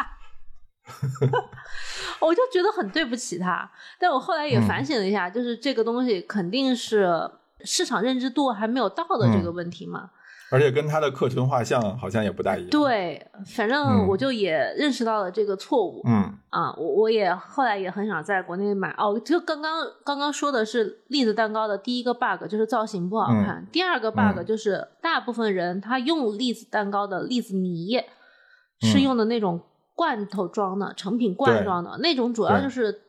我就觉得很对不起他，但我后来也反省了一下、嗯、就是这个东西肯定是市场认知度还没有到的这个问题嘛、嗯、 而且跟他的客群画像好像也不大一样， 对，反正我就也认识到了这个错误， 嗯啊，我我也后来也很想在国内买哦，就刚刚刚刚说的是栗子蛋糕的第一个 bug 就是造型不好看、嗯、第二个 bug 就是大部分人他用栗子蛋糕的栗子泥、嗯、是用的那种罐头装的成品罐装的那种，主要就是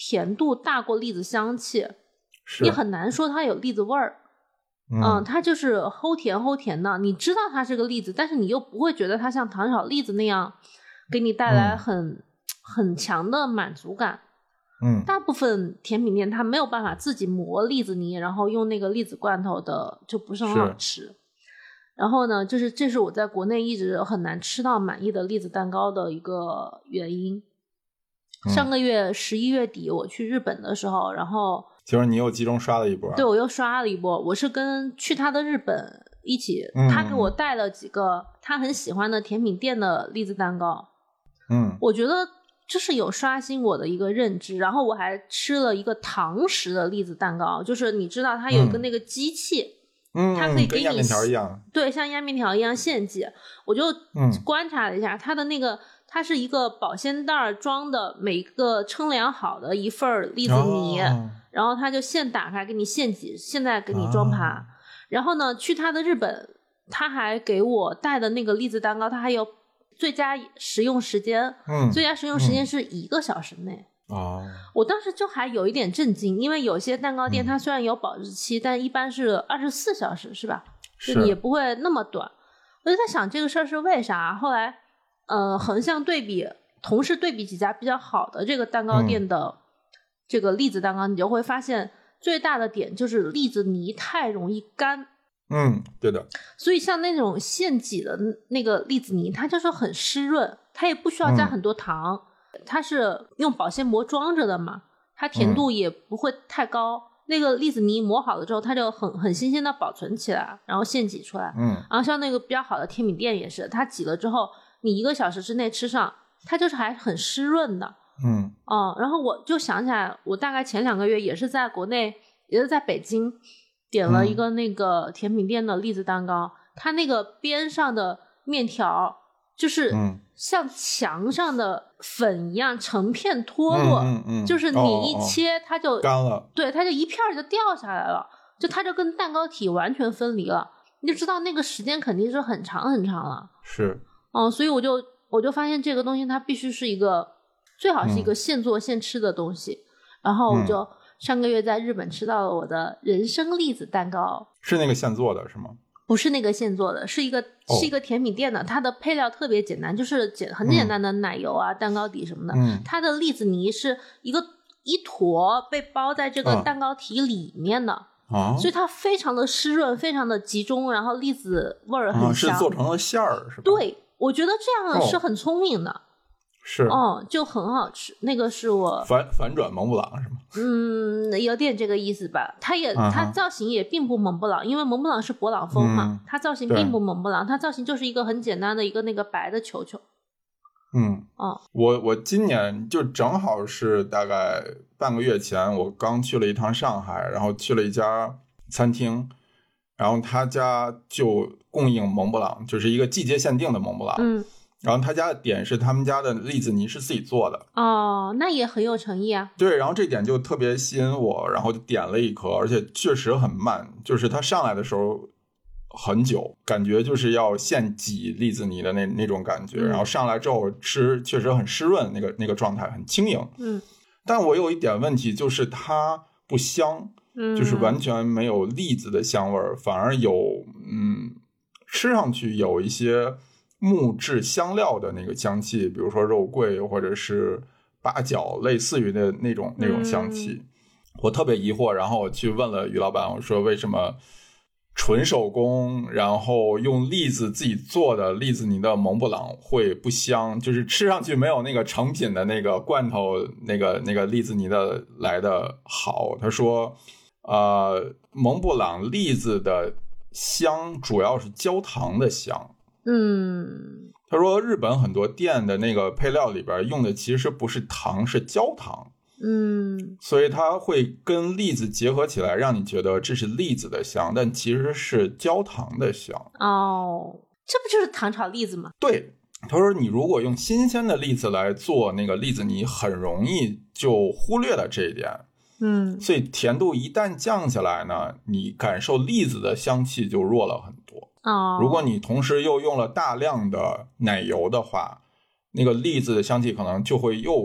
甜度大过栗子香气，你很难说它有栗子味儿。嗯, 嗯，它就是齁甜齁甜的，你知道它是个栗子，但是你又不会觉得它像糖炒栗子那样给你带来很、嗯、很强的满足感。 嗯， 大部分甜品店它没有办法自己磨栗子泥，然后用那个栗子罐头的，就不是很好吃。然后呢，就是这是我在国内一直很难吃到满意的栗子蛋糕的一个原因。嗯、上个月十一月底我去日本的时候，然后就是你又集中刷了一波。 对，我又刷了一波。我是跟去他的日本一起， 嗯、 他给我带了几个他很喜欢的甜品店的栗子蛋糕。 嗯， 我觉得这是有刷新我的一个认知。然后我还吃了一个堂食的栗子蛋糕，就是你知道它有一个那个机器， 嗯， 它可以给你跟压面条一样， 对，像压面条一样现挤。我就观察了一下它的那个。它是一个保鲜袋装的每个称量好的一份栗子泥、哦、然后它就现打开给你现挤，现在给你装盘、哦、然后呢去它的日本他还给我带的那个栗子蛋糕，它还有最佳食用时间、 嗯、 最佳食用时间是一个小时内、 嗯哦、 我当时就还有一点震惊，因为有些蛋糕店它虽然有保质期、嗯、但一般是二十四小时是吧， 是就也不会那么短。我就在想这个事儿是为啥，后来呃，横向对比，同时对比几家比较好的这个蛋糕店的这个栗子蛋糕、嗯、你就会发现最大的点就是栗子泥太容易干。 嗯，对的。 所以像那种现挤的那个栗子泥，它就是很湿润，它也不需要加很多糖、嗯、它是用保鲜膜装着的嘛，它甜度也不会太高、嗯、那个栗子泥磨好了之后它就很很新鲜的保存起来，然后现挤出来。 嗯， 然后像那个比较好的甜品店也是，它挤了之后你一个小时之内吃上，它就是还很湿润的。 嗯哦、嗯，然后我就想起来，我大概前两个月也是在国内，也是在北京点了一个那个甜品店的栗子蛋糕，嗯、它那个边上的面条就是像墙上的粉一样成片脱落， 嗯嗯嗯、 就是你一切、哦、它就干了， 对，它就一片就掉下来了，就它就跟蛋糕体完全分离了，你就知道那个时间肯定是很长很长了。 是。 哦、嗯，所以我就我就发现这个东西它必须是一个最好是一个现做现吃的东西、嗯、然后我就上个月在日本吃到了我的人生栗子蛋糕。 是那个现做的是吗？ 不是那个现做的，是一个、哦、是一个甜品店的，它的配料特别简单，就是简很简单的奶油啊、嗯、蛋糕底什么的、 嗯、 它的栗子泥是一个一坨被包在这个蛋糕体里面的、 啊、 所以它非常的湿润，非常的集中，然后栗子味儿很香、 啊、是做成了馅儿是吧？ 对，我觉得这样是很聪明的、哦、 是哦，就很好吃。那个是我反反转蒙布朗是吗？ 嗯，有点这个意思吧。它也、uh-huh. 它造型也并不蒙布朗，因为蒙布朗是勃朗峰嘛、嗯、它造型并不蒙布朗，它造型就是一个很简单的一个那个白的球球。 嗯哦， 我我今年就正好是大概半个月前，我刚去了一趟上海，然后去了一家餐厅，然后他家就供应蒙布朗，就是一个季节限定的蒙布朗。 嗯， 然后他家的点是他们家的栗子泥是自己做的。 哦，那也很有诚意啊。 对，然后这点就特别吸引我，然后就点了一颗，而且确实很慢，就是它上来的时候很久，感觉就是要现挤栗子泥的那那种感觉、嗯、然后上来之后吃确实很湿润，那个那个状态很轻盈。 嗯， 但我有一点问题，就是它不香， 嗯， 就是完全没有栗子的香味儿，反而有嗯，吃上去有一些木质香料的那个香气，比如说肉桂或者是八角，类似于的那种那种香气、嗯、我特别疑惑，然后我去问了于老板，我说为什么纯手工然后用栗子自己做的栗子泥的蒙布朗会不香，就是吃上去没有那个成品的那个罐头那个那个栗子泥的来的好。他说呃，蒙布朗栗子的香主要是焦糖的香。 嗯， 他说日本很多店的那个配料里边用的其实不是糖，是焦糖。 嗯， 所以它会跟栗子结合起来，让你觉得这是栗子的香，但其实是焦糖的香。 哦，这不就是糖炒栗子吗？ 对，他说你如果用新鲜的栗子来做那个栗子泥，很容易就忽略了这一点。 嗯， 所以甜度一旦降下来呢，你感受栗子的香气就弱了很多。 哦， 如果你同时又用了大量的奶油的话，那个栗子的香气可能就会又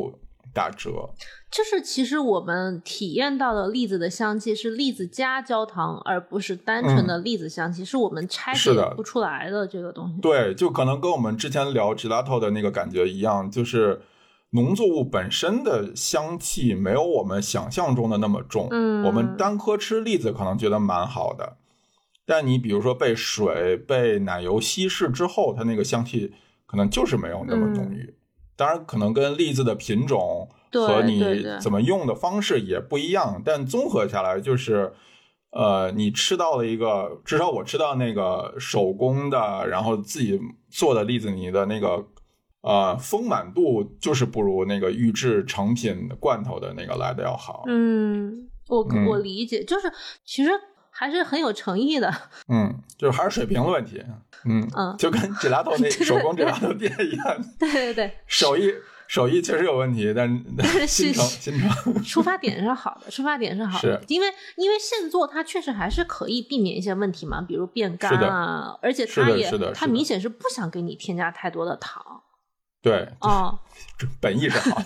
打折。 就是其实我们体验到的栗子的香气是栗子加焦糖，而不是单纯的栗子香气，嗯、是我们拆解不出来的这个东西。 对，就可能跟我们之前聊 gelato 的那个感觉一样，就是农作物本身的香气没有我们想象中的那么重。 嗯， 我们单颗吃栗子可能觉得蛮好的，但你比如说被水、被奶油稀释之后，它那个香气可能就是没有那么浓郁。嗯、当然，可能跟栗子的品种和你怎么用的方式也不一样，但综合下来就是，呃，你吃到了一个，至少我吃到那个手工的，然后自己做的栗子泥的那个，呃，丰满度就是不如那个预制成品罐头的那个来的要好。 嗯，我我理解，嗯、就是其实还是很有诚意的。 嗯，就是还是水平的问题。嗯嗯，就跟gelato那手工gelato店一样。 对对对， 手艺。手艺确实有问题，但是心诚心诚， 出发点是好的，出发点是好的，因为因为现做它确实还是可以避免一些问题嘛，比如变干啊，而且它也它明显是不想给你添加太多的糖。 对， 哦， 本意是好。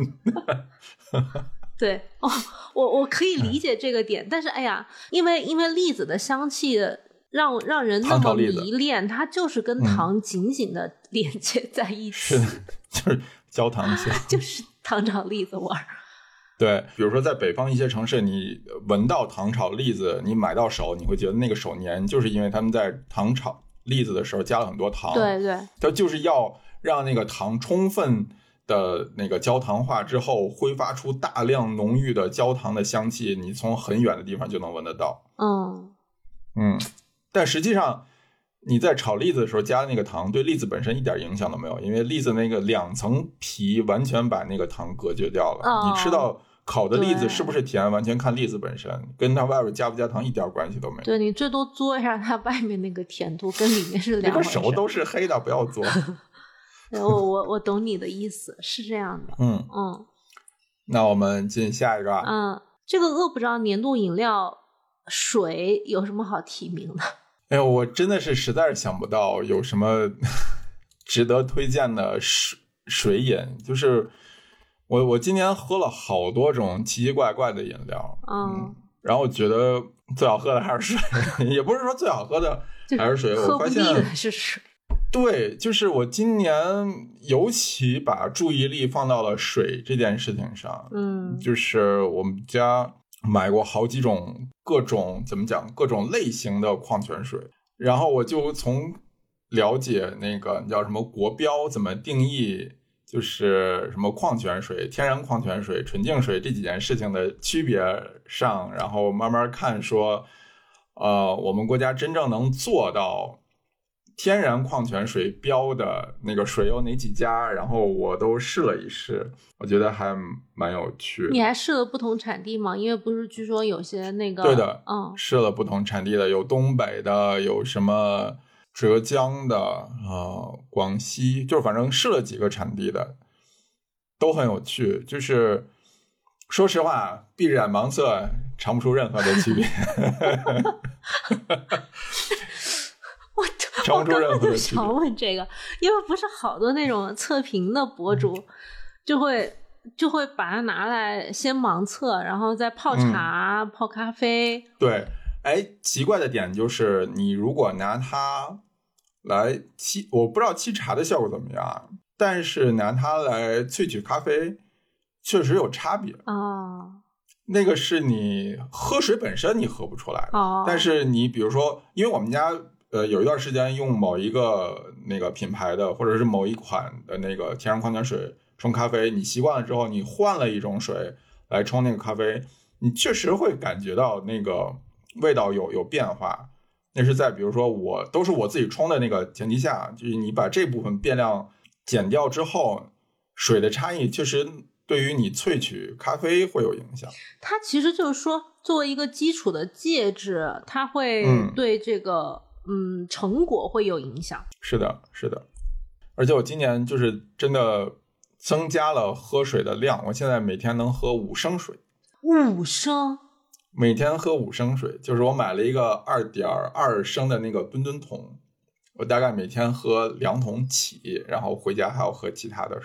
对哦，我我可以理解这个点，但是哎呀，因为因为栗子的香气让让人那么迷恋，它就是跟糖紧紧的连接在一起， 嗯、是就是。焦糖香就是糖炒栗子味儿。 对，比如说在北方一些城市，你闻到糖炒栗子，你买到手，你会觉得那个手黏，就是因为他们在糖炒栗子的时候加了很多糖。 对对， 它就是要让那个糖充分的那个焦糖化之后，挥发出大量浓郁的焦糖的香气，你从很远的地方就能闻得到。 嗯嗯，但实际上。你在炒栗子的时候加那个糖，对栗子本身一点影响都没有，因为栗子那个两层皮完全把那个糖隔绝掉了。 哦、 你吃到烤的栗子是不是甜，完全看栗子本身，跟它外边加不加糖一点关系都没有。 对，你最多嘬一下它外面那个甜度，跟里面是两回事。 那个手都是黑的，不要嘬。 我我我懂你的意思，是这样的。 嗯嗯， 那我们进下一个。 嗯，这个饿不着年度饮料水有什么好提名的？ 哎呦，我真的是实在是想不到有什么值得推荐的水水饮。就是我我今年喝了好多种奇奇怪怪的饮料， 嗯， 嗯然后我觉得最好喝的还是水，也不是说最好喝的还是水，我发现喝不腻的是水。 对，就是我今年尤其把注意力放到了水这件事情上。 嗯， 就是我们家买过好几种各种怎么讲各种类型的矿泉水，然后我就从了解那个叫什么国标怎么定义，就是什么矿泉水、天然矿泉水、纯净水这几件事情的区别上，然后慢慢看说，呃，我们国家真正能做到天然矿泉水标的那个水有哪几家，然后我都试了一试，我觉得还蛮有趣的。 你还试了不同产地吗？因为不是据说有些那个对的， 嗯， 试了不同产地的，有东北的，有什么浙江的，呃，广西，就是反正试了几个产地的，都很有趣。就是说实话，碧染盲色尝不出任何的区别。 我我根本就想问这个，因为不是好多那种测评的博主就会就会把它拿来先盲测，然后再泡茶、嗯、泡咖啡。 对，哎，奇怪的点就是你如果拿它来沏，我不知道沏茶的效果怎么样，但是拿它来萃取咖啡确实有差别啊、哦。 那个是你喝水本身你喝不出来的、 哦、 但是你比如说，因为我们家呃，有一段时间用某一个那个品牌的，或者是某一款的那个天然矿泉水冲咖啡，你习惯了之后，你换了一种水来冲那个咖啡，你确实会感觉到那个味道有有变化。那是在比如说我都是我自己冲的那个前提下，就是你把这部分变量减掉之后，水的差异确实对于你萃取咖啡会有影响。 它其实就是说，作为一个基础的介质，它会对这个、嗯, 嗯成果会有影响。 是的，是的。而且我今年就是真的增加了喝水的量，我现在每天能喝五升水。 五升？ 每天喝五升水，就是我买了一个 二点二 升的那个吨吨桶，我大概每天喝两桶起，然后回家还要喝其他的水。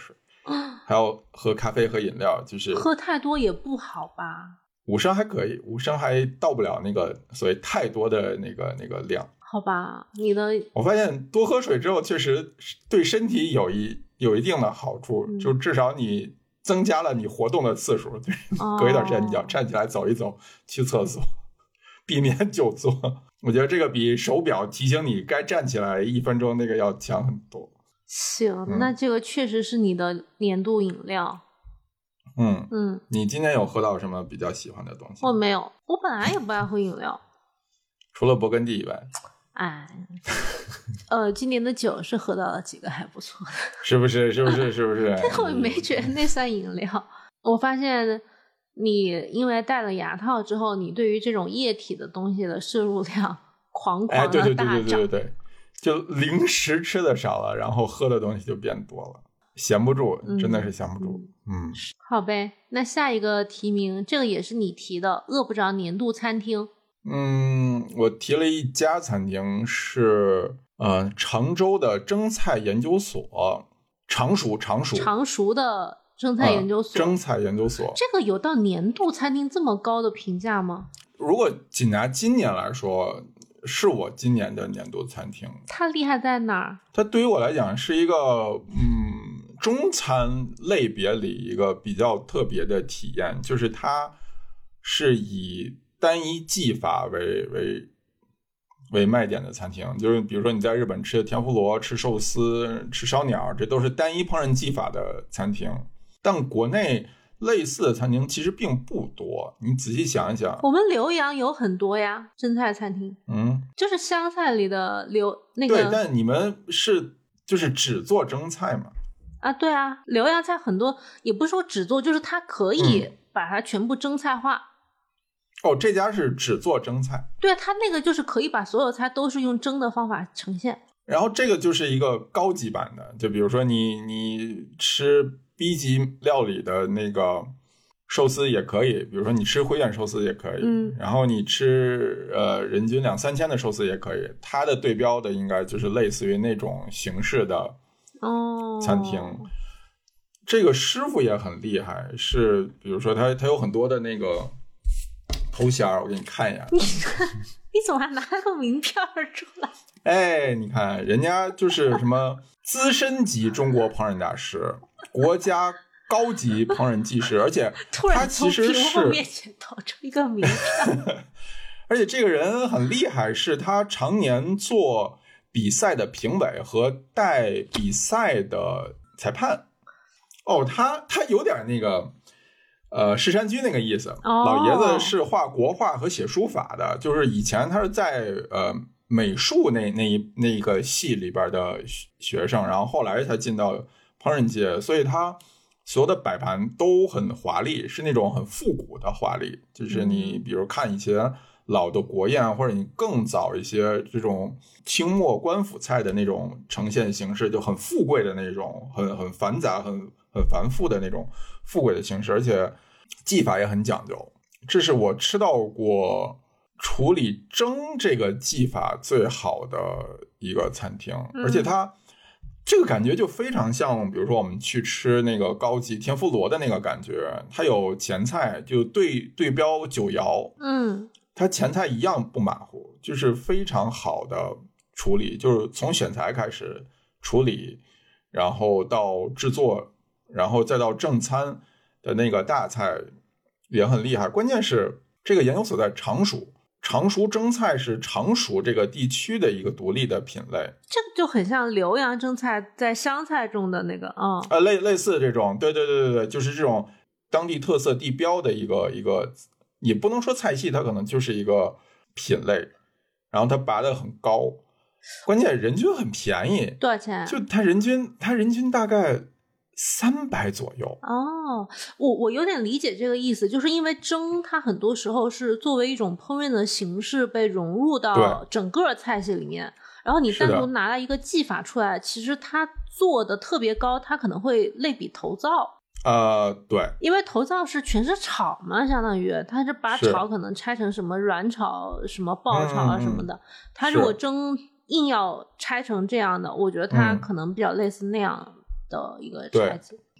还有喝咖啡和饮料，就是喝太多也不好吧？ 五升还可以，五升还到不了那个所谓太多的那个那个量。 好吧，你的我发现多喝水之后，确实对身体有一有一定的好处，嗯、就至少你增加了你活动的次数，就是隔一段时间你要站起来走一走，去厕所，避免久坐。我觉得这个比手表提醒你该站起来一分钟那个要强很多。 行， 嗯、 那这个确实是你的年度饮料。 嗯嗯， 你今天有喝到什么比较喜欢的东西？ 我没有，我本来也不爱喝饮料， 除了勃艮第以外。 哎，呃，今年的酒是喝到了几个还不错的， 是不是？是不是？是不是？ 但我没觉得那算饮料。我发现你因为戴了牙套之后，你对于这种液体的东西的摄入量狂狂的大涨。哎， 对对对对对对对，就零食吃的少了，然后喝的东西就变多了。闲不住，真的是闲不住。嗯，嗯好呗。那下一个提名，这个也是你提的，饿不着年度餐厅。 嗯，我提了一家餐厅是呃常州的蒸菜研究所，常熟常熟常熟的蒸菜研究所、 呃、蒸菜研究所， 这个有到年度餐厅这么高的评价吗？ 如果仅拿今年来说，是我今年的年度餐厅。 它厉害在哪儿？ 它对于我来讲是一个嗯中餐类别里一个比较特别的体验，就是它是以单一技法为为为卖点的餐厅，就是比如说你在日本吃的天妇罗、吃寿司、吃烧鸟，这都是单一烹饪技法的餐厅。但国内类似的餐厅其实并不多，你仔细想一想， 我们浏阳有很多呀，蒸菜餐厅， 嗯， 就是湘菜里的浏那个。 对，但你们是就是只做蒸菜吗？ 啊，对啊，浏阳菜很多，也不是说只做，就是它可以把它全部蒸菜化。嗯哦，这家是只做蒸菜。 对啊，它那个就是可以把所有菜都是用蒸的方法呈现。 然后这个就是一个高级版的，就比如说你你吃 B 级料理的那个寿司也可以，比如说你吃回转寿司也可以， 嗯， 然后你吃呃人均两三千的寿司也可以，它的对标的应该就是类似于那种形式的餐厅。哦，这个师傅也很厉害，是比如说他他有很多的那个头衔，我给你看一眼。 你你怎么还拿了个名片出来？ 哎，你看人家就是什么资深级中国烹饪大师，国家高级烹饪技师，而且他其实是突然从屏幕面前掏出一个名片。 而且这个人很厉害，是他常年做比赛的评委和带比赛的裁判。哦，他他有点那个呃，市山居那个意思。 Oh. 老爷子是画国画和写书法的，就是以前他是在呃美术那那一那一个系里边的学生，然后后来才进到烹饪界，所以他所有的摆盘都很华丽，是那种很复古的华丽。就是你比如看以前老的国宴，或者你更早一些这种清末官府菜的那种呈现形式，就很富贵的那种，很很繁杂、很很繁复的那种富贵的形式，而且技法也很讲究。这是我吃到过处理蒸这个技法最好的一个餐厅， 嗯、 而且它这个感觉就非常像，比如说我们去吃那个高级天妇罗的那个感觉，它有前菜，就对对标九窑， 嗯， 它前菜一样不马虎，就是非常好的处理，就是从选材开始处理，然后到制作，然后再到正餐的那个大菜也很厉害。关键是这个研究所在常熟，常熟蒸菜是常熟这个地区的一个独立的品类， 这个就很像浏阳蒸菜在湘菜中的那个啊、 呃，类类似这种，对对对对对，就是这种当地特色地标的一个一个，也不能说菜系，它可能就是一个品类，然后它拔得很高，关键人均很便宜， 多少钱？ 就它人均它人均大概三百左右。 哦，我我有点理解这个意思，就是因为蒸它很多时候是作为一种烹饪的形式被融入到整个菜系里面，然后你单独拿来一个技法出来，其实它做的特别高，它可能会类比头灶。 呃，对， 因为头灶是全是炒嘛，相当于它是把炒可能拆成什么软炒、什么爆炒啊什么的，嗯、它如果蒸硬要拆成这样的，我觉得它可能比较类似那样的一个菜系。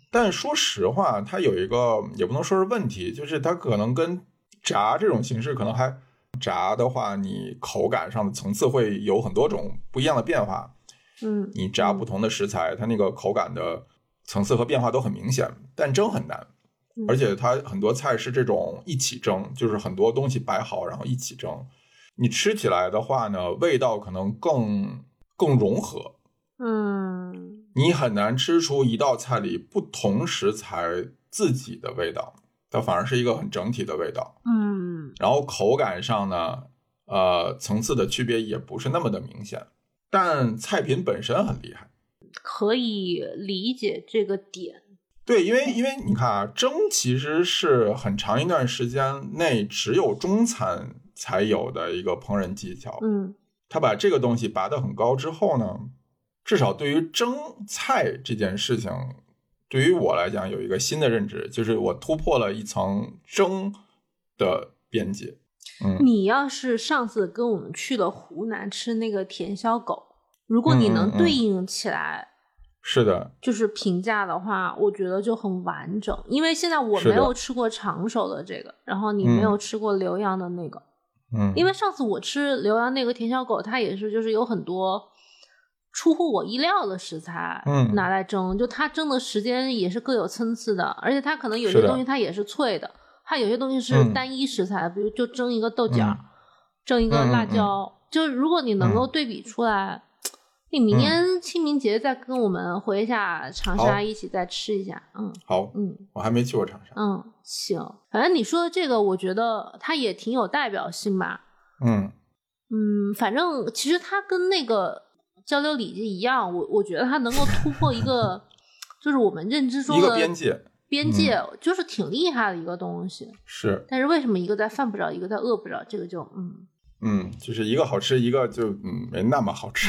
但说实话，它有一个也不能说是问题，就是它可能跟炸这种形式可能还炸的话，你口感上的层次会有很多种不一样的变化。 嗯， 你炸不同的食材，它那个口感的层次和变化都很明显，但蒸很难。而且它很多菜是这种一起蒸，就是很多东西摆好然后一起蒸，你吃起来的话呢，味道可能更更融合。 嗯， 你很难吃出一道菜里不同食材自己的味道，它反而是一个很整体的味道。 嗯， 然后口感上呢，呃，层次的区别也不是那么的明显，但菜品本身很厉害， 可以理解这个点。 对，因为因为你看啊，蒸其实是很长一段时间内只有中餐才有的一个烹饪技巧。 嗯， 他把这个东西拔得很高之后呢，至少对于蒸菜这件事情，对于我来讲有一个新的认知，就是我突破了一层蒸的边界。嗯， 你要是上次跟我们去了湖南吃那个甜小狗，如果你能对应起来。 嗯嗯嗯是的， 就是评价的话，我觉得就很完整。因为现在我没有吃过长手的这个，然后你没有吃过浏阳的那个， 嗯， 因为上次我吃浏阳那个甜小狗，它也是就是有很多出乎我意料的食材拿来蒸，嗯、就它蒸的时间也是各有参差的，而且它可能有些东西它也是脆的，它有些东西是单一食材，嗯、比如就蒸一个豆角，嗯、蒸一个辣椒，嗯嗯嗯、就如果你能够对比出来。你明年清明节再跟我们回一下长沙，一起再吃一下。嗯， 好，嗯，我还没去过长沙。 嗯，行，反正你说的这个，我觉得它也挺有代表性吧。 嗯嗯，反正其实它跟那个交流礼记一样，我我觉得它能够突破一个，就是我们认知中的一个边界， 边界、嗯、就是挺厉害的一个东西。 是， 但是为什么一个在犯不着，一个在饿不着？这个就嗯。 嗯，就是一个好吃，一个就嗯没那么好吃。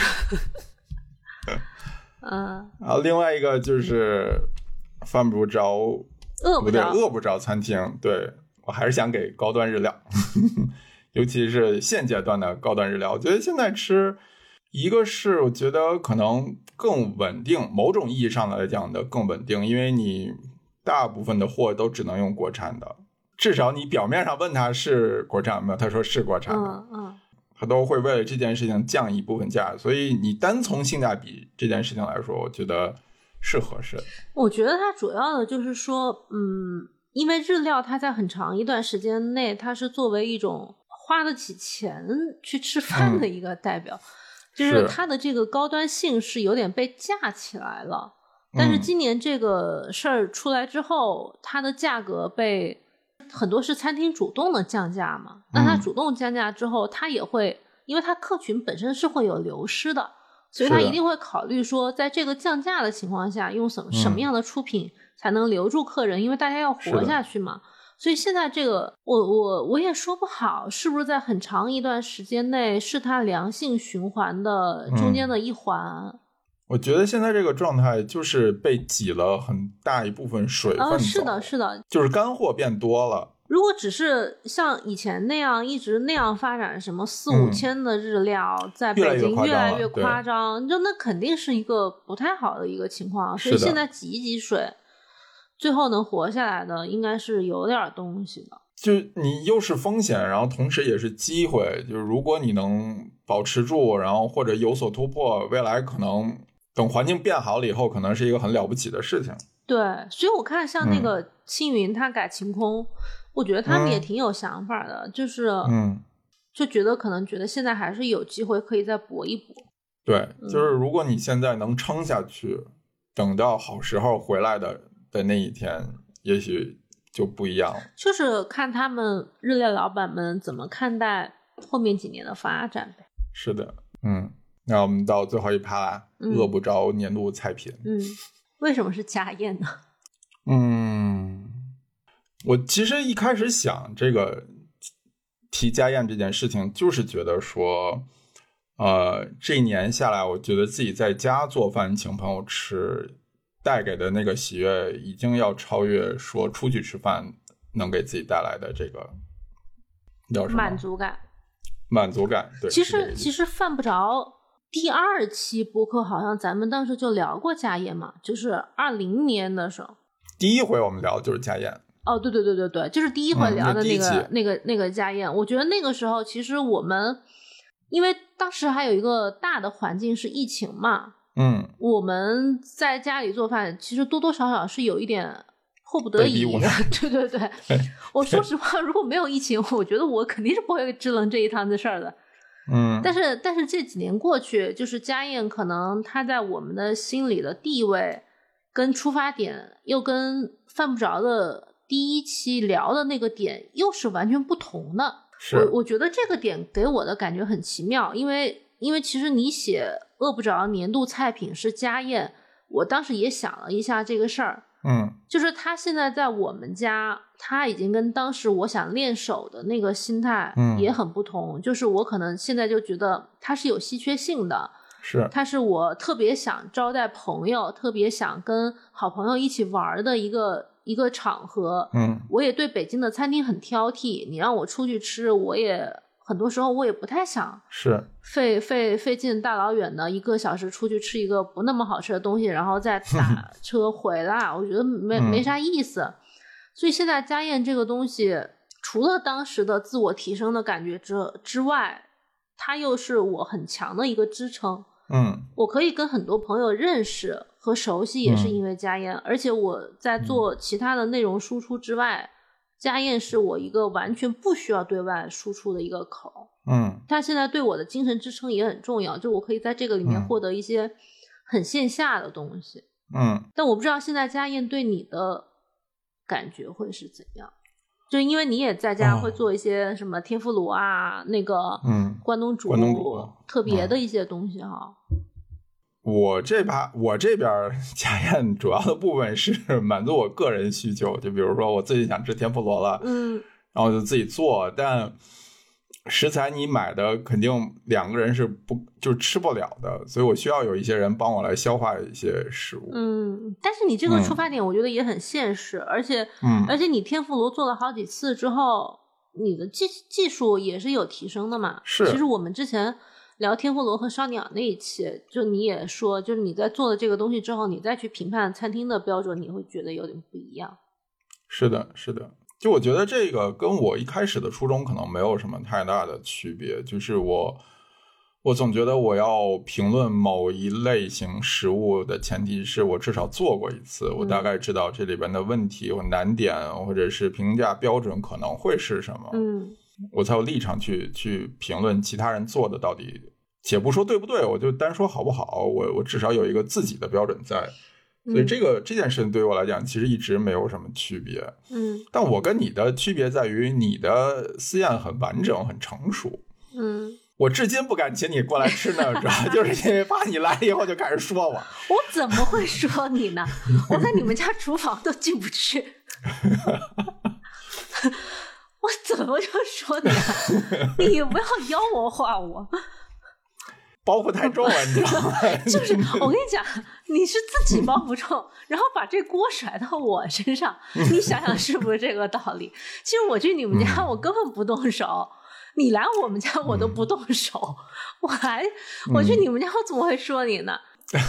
嗯， 然后另外一个就是犯不着， 饿不着， 饿不着餐厅。对，我还是想给高端日料，尤其是现阶段的高端日料。我觉得现在吃，一个是我觉得可能更稳定，某种意义上来讲的更稳定，因为你大部分的货都只能用国产的。至少你表面上问他是国产吗？他说是国产的， 嗯嗯， 他都会为了这件事情降一部分价，所以你单从性价比这件事情来说，我觉得是合适的。 我觉得它主要的就是说，嗯，因为日料它在很长一段时间内，它是作为一种花得起钱去吃饭的一个代表，嗯、就是它的这个高端性是有点被架起来了。但是今年这个事儿出来之后，它的价格被很多是餐厅主动的降价嘛，那它主动降价之后，它也会，因为它客群本身是会有流失的，所以它一定会考虑说，在这个降价的情况下，用什么什么样的出品才能留住客人，因为大家要活下去嘛。所以现在这个，我我我也说不好，是不是在很长一段时间内是它良性循环的中间的一环。嗯， 我觉得现在这个状态就是被挤了很大一部分水分走， 哦，是的，是的， 就是干货变多了。 如果只是像以前那样一直那样发展，什么四五千的日料，嗯、在北京越来越夸张，就那肯定是一个不太好的一个情况。所以现在挤一挤水，最后能活下来的应该是有点东西的。 就你又是风险，然后同时也是机会。就是如果你能保持住，然后或者有所突破，未来可能等环境变好了以后，可能是一个很了不起的事情。 对，所以我看像那个青云他改晴空，嗯、我觉得他们也挺有想法的，嗯、就是嗯， 就觉得可能觉得现在还是有机会可以再搏一搏。 对，就是如果你现在能撑下去，嗯、等到好时候回来的的那一天，也许就不一样了。 就是看他们日料老板们怎么看待后面几年的发展呗。 是的，嗯，那我们到最后一趴啦，嗯、饿不着年度菜品。 嗯，为什么是家宴呢？ 嗯，我其实一开始想这个提家宴这件事情，就是觉得说，呃，这一年下来，我觉得自己在家做饭请朋友吃，带给的那个喜悦，已经要超越说出去吃饭能给自己带来的这个叫什么满足感。 满足感，对。 其实其实犯不着。第二期播客好像咱们当时就聊过家宴嘛，就是二零年的时候， 第一回我们聊的就是家宴。 哦，对对对对对，就是第一回聊的那个、 嗯、 那个那个家宴。我觉得那个时候其实我们，因为当时还有一个大的环境是疫情嘛， 嗯， 我们在家里做饭，其实多多少少是有一点迫不得已。对对对，我说实话，如果没有疫情，我觉得我肯定是不会支棱这一摊子事儿的。 嗯， 但是但是这几年过去，就是家宴可能它在我们的心里的地位跟出发点，又跟犯不着的第一期聊的那个点又是完全不同的。 是， 我我觉得这个点给我的感觉很奇妙，因为因为其实你写饿不着年度菜品是家宴，我当时也想了一下这个事儿。 嗯， 就是他现在在我们家，他已经跟当时我想练手的那个心态也很不同。嗯、就是我可能现在就觉得他是有稀缺性的， 是， 他是我特别想招待朋友，特别想跟好朋友一起玩的一个一个场合。 嗯， 我也对北京的餐厅很挑剔，你让我出去吃，我也很多时候我也不太想是费费费劲大老远的一个小时出去吃一个不那么好吃的东西，然后再打车回来，我觉得没没啥意思。嗯、所以现在家宴这个东西，除了当时的自我提升的感觉之之外，它又是我很强的一个支撑。 嗯， 我可以跟很多朋友认识和熟悉，也是因为家宴。嗯、而且我在做其他的内容输出之外。家宴是我一个完全不需要对外输出的一个口， 嗯， 它现在对我的精神支撑也很重要，就我可以在这个里面获得一些很线下的东西， 嗯， 但我不知道现在家宴对你的感觉会是怎样，就因为你也在家会做一些什么天妇罗啊，哦、那个嗯关东煮， 关东煮特别的一些东西哈。 嗯我这把我这边家宴主要的部分是满足我个人需求，就比如说我最近想吃天妇罗了， 嗯， 然后就自己做，但食材你买的肯定两个人是不就吃不了的，所以我需要有一些人帮我来消化一些食物。 嗯，但是你这个出发点我觉得也很现实，嗯、而且嗯， 而且你天妇罗做了好几次之后，你的技技术也是有提升的嘛。 是， 其实我们之前聊天妇罗和烧鸟那一期，就你也说，就是你在做了这个东西之后，你再去评判餐厅的标准，你会觉得有点不一样。 是的，是的。就我觉得这个跟我一开始的初衷可能没有什么太大的区别，就是我我总觉得我要评论某一类型食物的前提是我至少做过一次，我大概知道这里边的问题或难点，或者是评价标准可能会是什么。 嗯， 我才有立场去去评论其他人做的到底，且不说对不对，我就单说好不好，我我至少有一个自己的标准在，所以这个、嗯、这件事对我来讲其实一直没有什么区别。 嗯， 但我跟你的区别在于你的私宴很完整很成熟。 嗯， 我至今不敢请你过来吃呢，主要就是因为怕你来以后就开始说我。 我怎么会说你呢？我在你们家厨房都进不去。我怎么就说你啊？你不要妖魔化我， 包袱太重了，你知道吗？ 就是我跟你讲，你是自己包袱重，然后把这锅甩到我身上，你想想是不是这个道理？其实我去你们家，我根本不动手。你来我们家我都不动手，嗯、我还我去你们家我怎么会说你呢？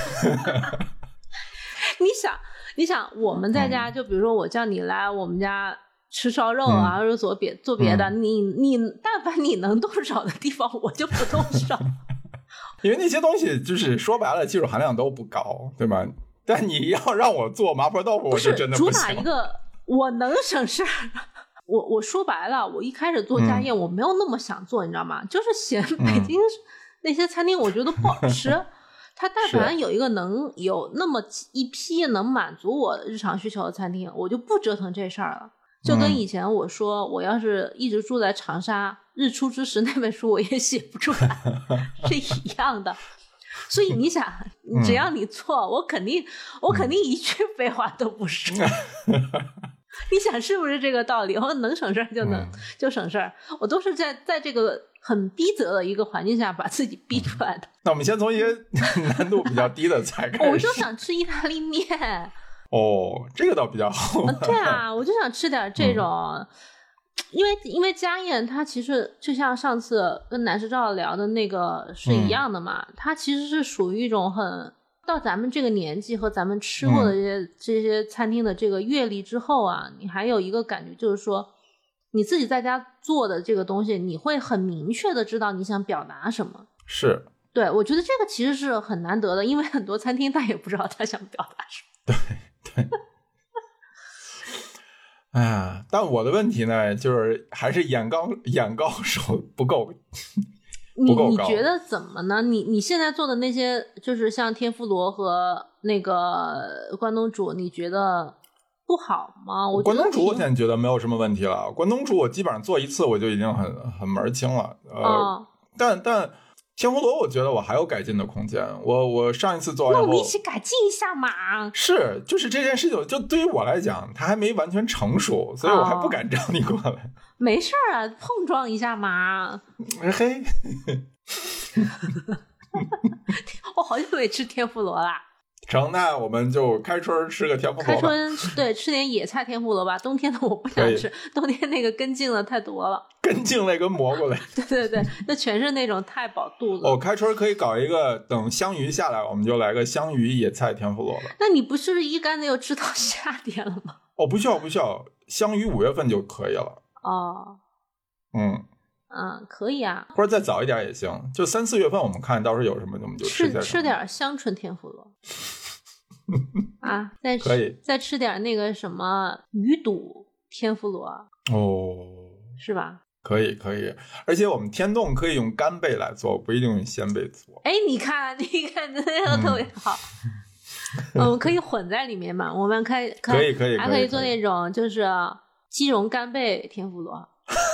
你想，你想我们在家，就比如说我叫你来我们家吃烧肉啊，或者做别做别的，嗯、你你但凡你能动手的地方，我就不动手。 因为那些东西就是说白了，技术含量都不高，对吧？但你要让我做麻婆豆腐，我就真的不行。 主打一个我能省事儿。我我说白了，我一开始做家宴，我没有那么想做，嗯、你知道吗？就是嫌北京那些餐厅我觉得不好吃。嗯、它但凡有一个能有那么一批能满足我日常需求的餐厅，我就不折腾这事儿了。就跟以前我说，我要是一直住在长沙，日出之时那本书我也写不出来，是一样的。所以你想，只要你做，嗯、我肯定我肯定一句废话都不说。你想是不是这个道理？我能省事就能、嗯、就省事，我都是在在这个很逼仄的一个环境下把自己逼出来的。嗯、 那我们先从一些难度比较低的菜开始。 我就想吃意大利面。 哦，这个倒比较好。 对啊，我就想吃点这种，嗯、因为因为家宴它其实就像上次跟南师照聊的那个是一样的嘛，嗯、它其实是属于一种很到咱们这个年纪和咱们吃过的这些、嗯、这些餐厅的这个阅历之后啊，你还有一个感觉就是说，你自己在家做的这个东西，你会很明确的知道你想表达什么。 是， 对，我觉得这个其实是很难得的，因为很多餐厅他也不知道他想表达什么。 对对。哎呀，但我的问题呢，就是还是眼高眼高手不够。 你你觉得怎么呢？你你现在做的那些，就是像天妇罗和那个关东煮，你觉得不好吗？我关东煮我现在觉得没有什么问题了。关东煮我基本上做一次我就已经很很门儿清了。呃，哦、但但天妇罗我觉得我还有改进的空间。我我上一次做完以后， 那我们一起改进一下嘛。 是，就是这件事情，就对于我来讲，它还没完全成熟，所以我还不敢找你过来。哦、 没事啊，碰撞一下嘛。 嘿。 我好久没吃天妇罗啦。 成，那我们就开春吃个天妇罗吧。 开春对，吃点野菜天妇罗吧。冬天的我不想吃，冬天那个根茎的太多了， 根茎类跟蘑菇类。 对对对，那全是那种太饱肚子。 哦，开春可以搞一个，等香鱼下来，我们就来个香鱼野菜天妇罗吧。 那你不是一竿子又吃到夏天了吗？ 哦，不需要不需要，香鱼五月份就可以了。 哦， 嗯。 嗯，可以啊， 或者再早一点也行，就三四月份我们看到时候有什么我们就吃吃吃点香椿天妇罗啊，再可以再吃点那个什么鱼肚天妇罗哦，是吧？ 可以可以，而且我们天冻可以用干贝来做，不一定用鲜贝做。 哎，你看你看这个特别好。嗯、我们可以混在里面嘛，我们可以可以可以， 还可以做那种就是鸡茸干贝天妇罗。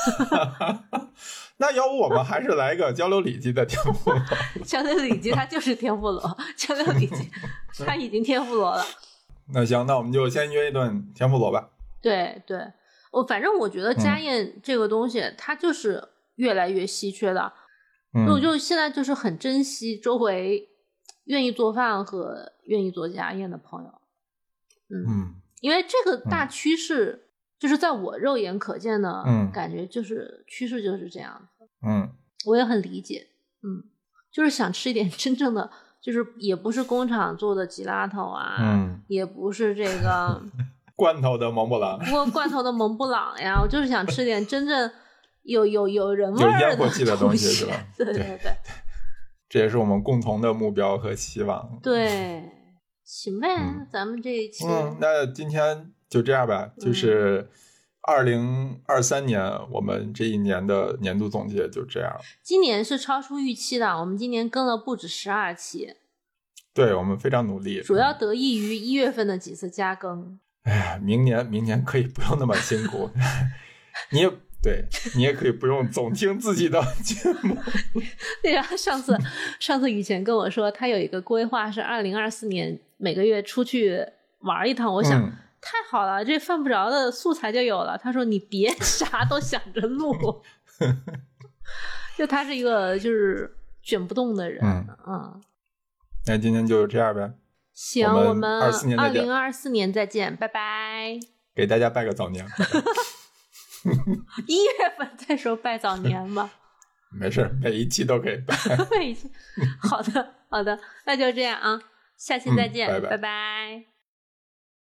那要不我们还是来个交流里脊的天妇罗。 交流里脊它就是天妇罗，交流里脊它已经天妇罗了。 那行，那我们就先约一顿天妇罗吧。 对对，我反正我觉得家宴这个东西、嗯、它就是越来越稀缺的。嗯，我就现在就是很珍惜周围愿意做饭和愿意做家宴的朋友。嗯，嗯因为这个大趋势、嗯。就是在我肉眼可见的感觉，就是趋势就是这样子。 嗯， 我也很理解。嗯，就是想吃一点真正的，就是也不是工厂做的吉拉头啊， 嗯， 也不是这个罐头的蒙布朗， 不过罐头的蒙布朗呀，我就是想吃点真正有有有人味儿的有烟火气的东西，是吧？ 对对 对, 对, 对， 这也是我们共同的目标和希望。 对，行呗，嗯、咱们这一期， 嗯，那今天。就这样吧，就是二零二三年、嗯、我们这一年的年度总结就这样。 今年是超出预期的，我们今年更了不止十二期。 对，我们非常努力， 主要得益于一月份的几次加更。 哎呀，明年明年可以不用那么辛苦，你也对你也可以不用总听自己的节目。 对啊，上次上次雨前跟我说，他有一个规划是二零二四年每个月出去玩一趟，我想。嗯太好了，这犯不着的素材就有了。他说你别啥都想着录。就他是一个就是卷不动的人。嗯，嗯那今天就这样呗。 行，我们二零二四年再见，拜拜。 给大家拜个早年。 一月份再说拜早年吧。 没事，每一期都可以拜。 每一期。好的好的，那就这样啊，下期再见， 嗯、拜拜。 拜拜。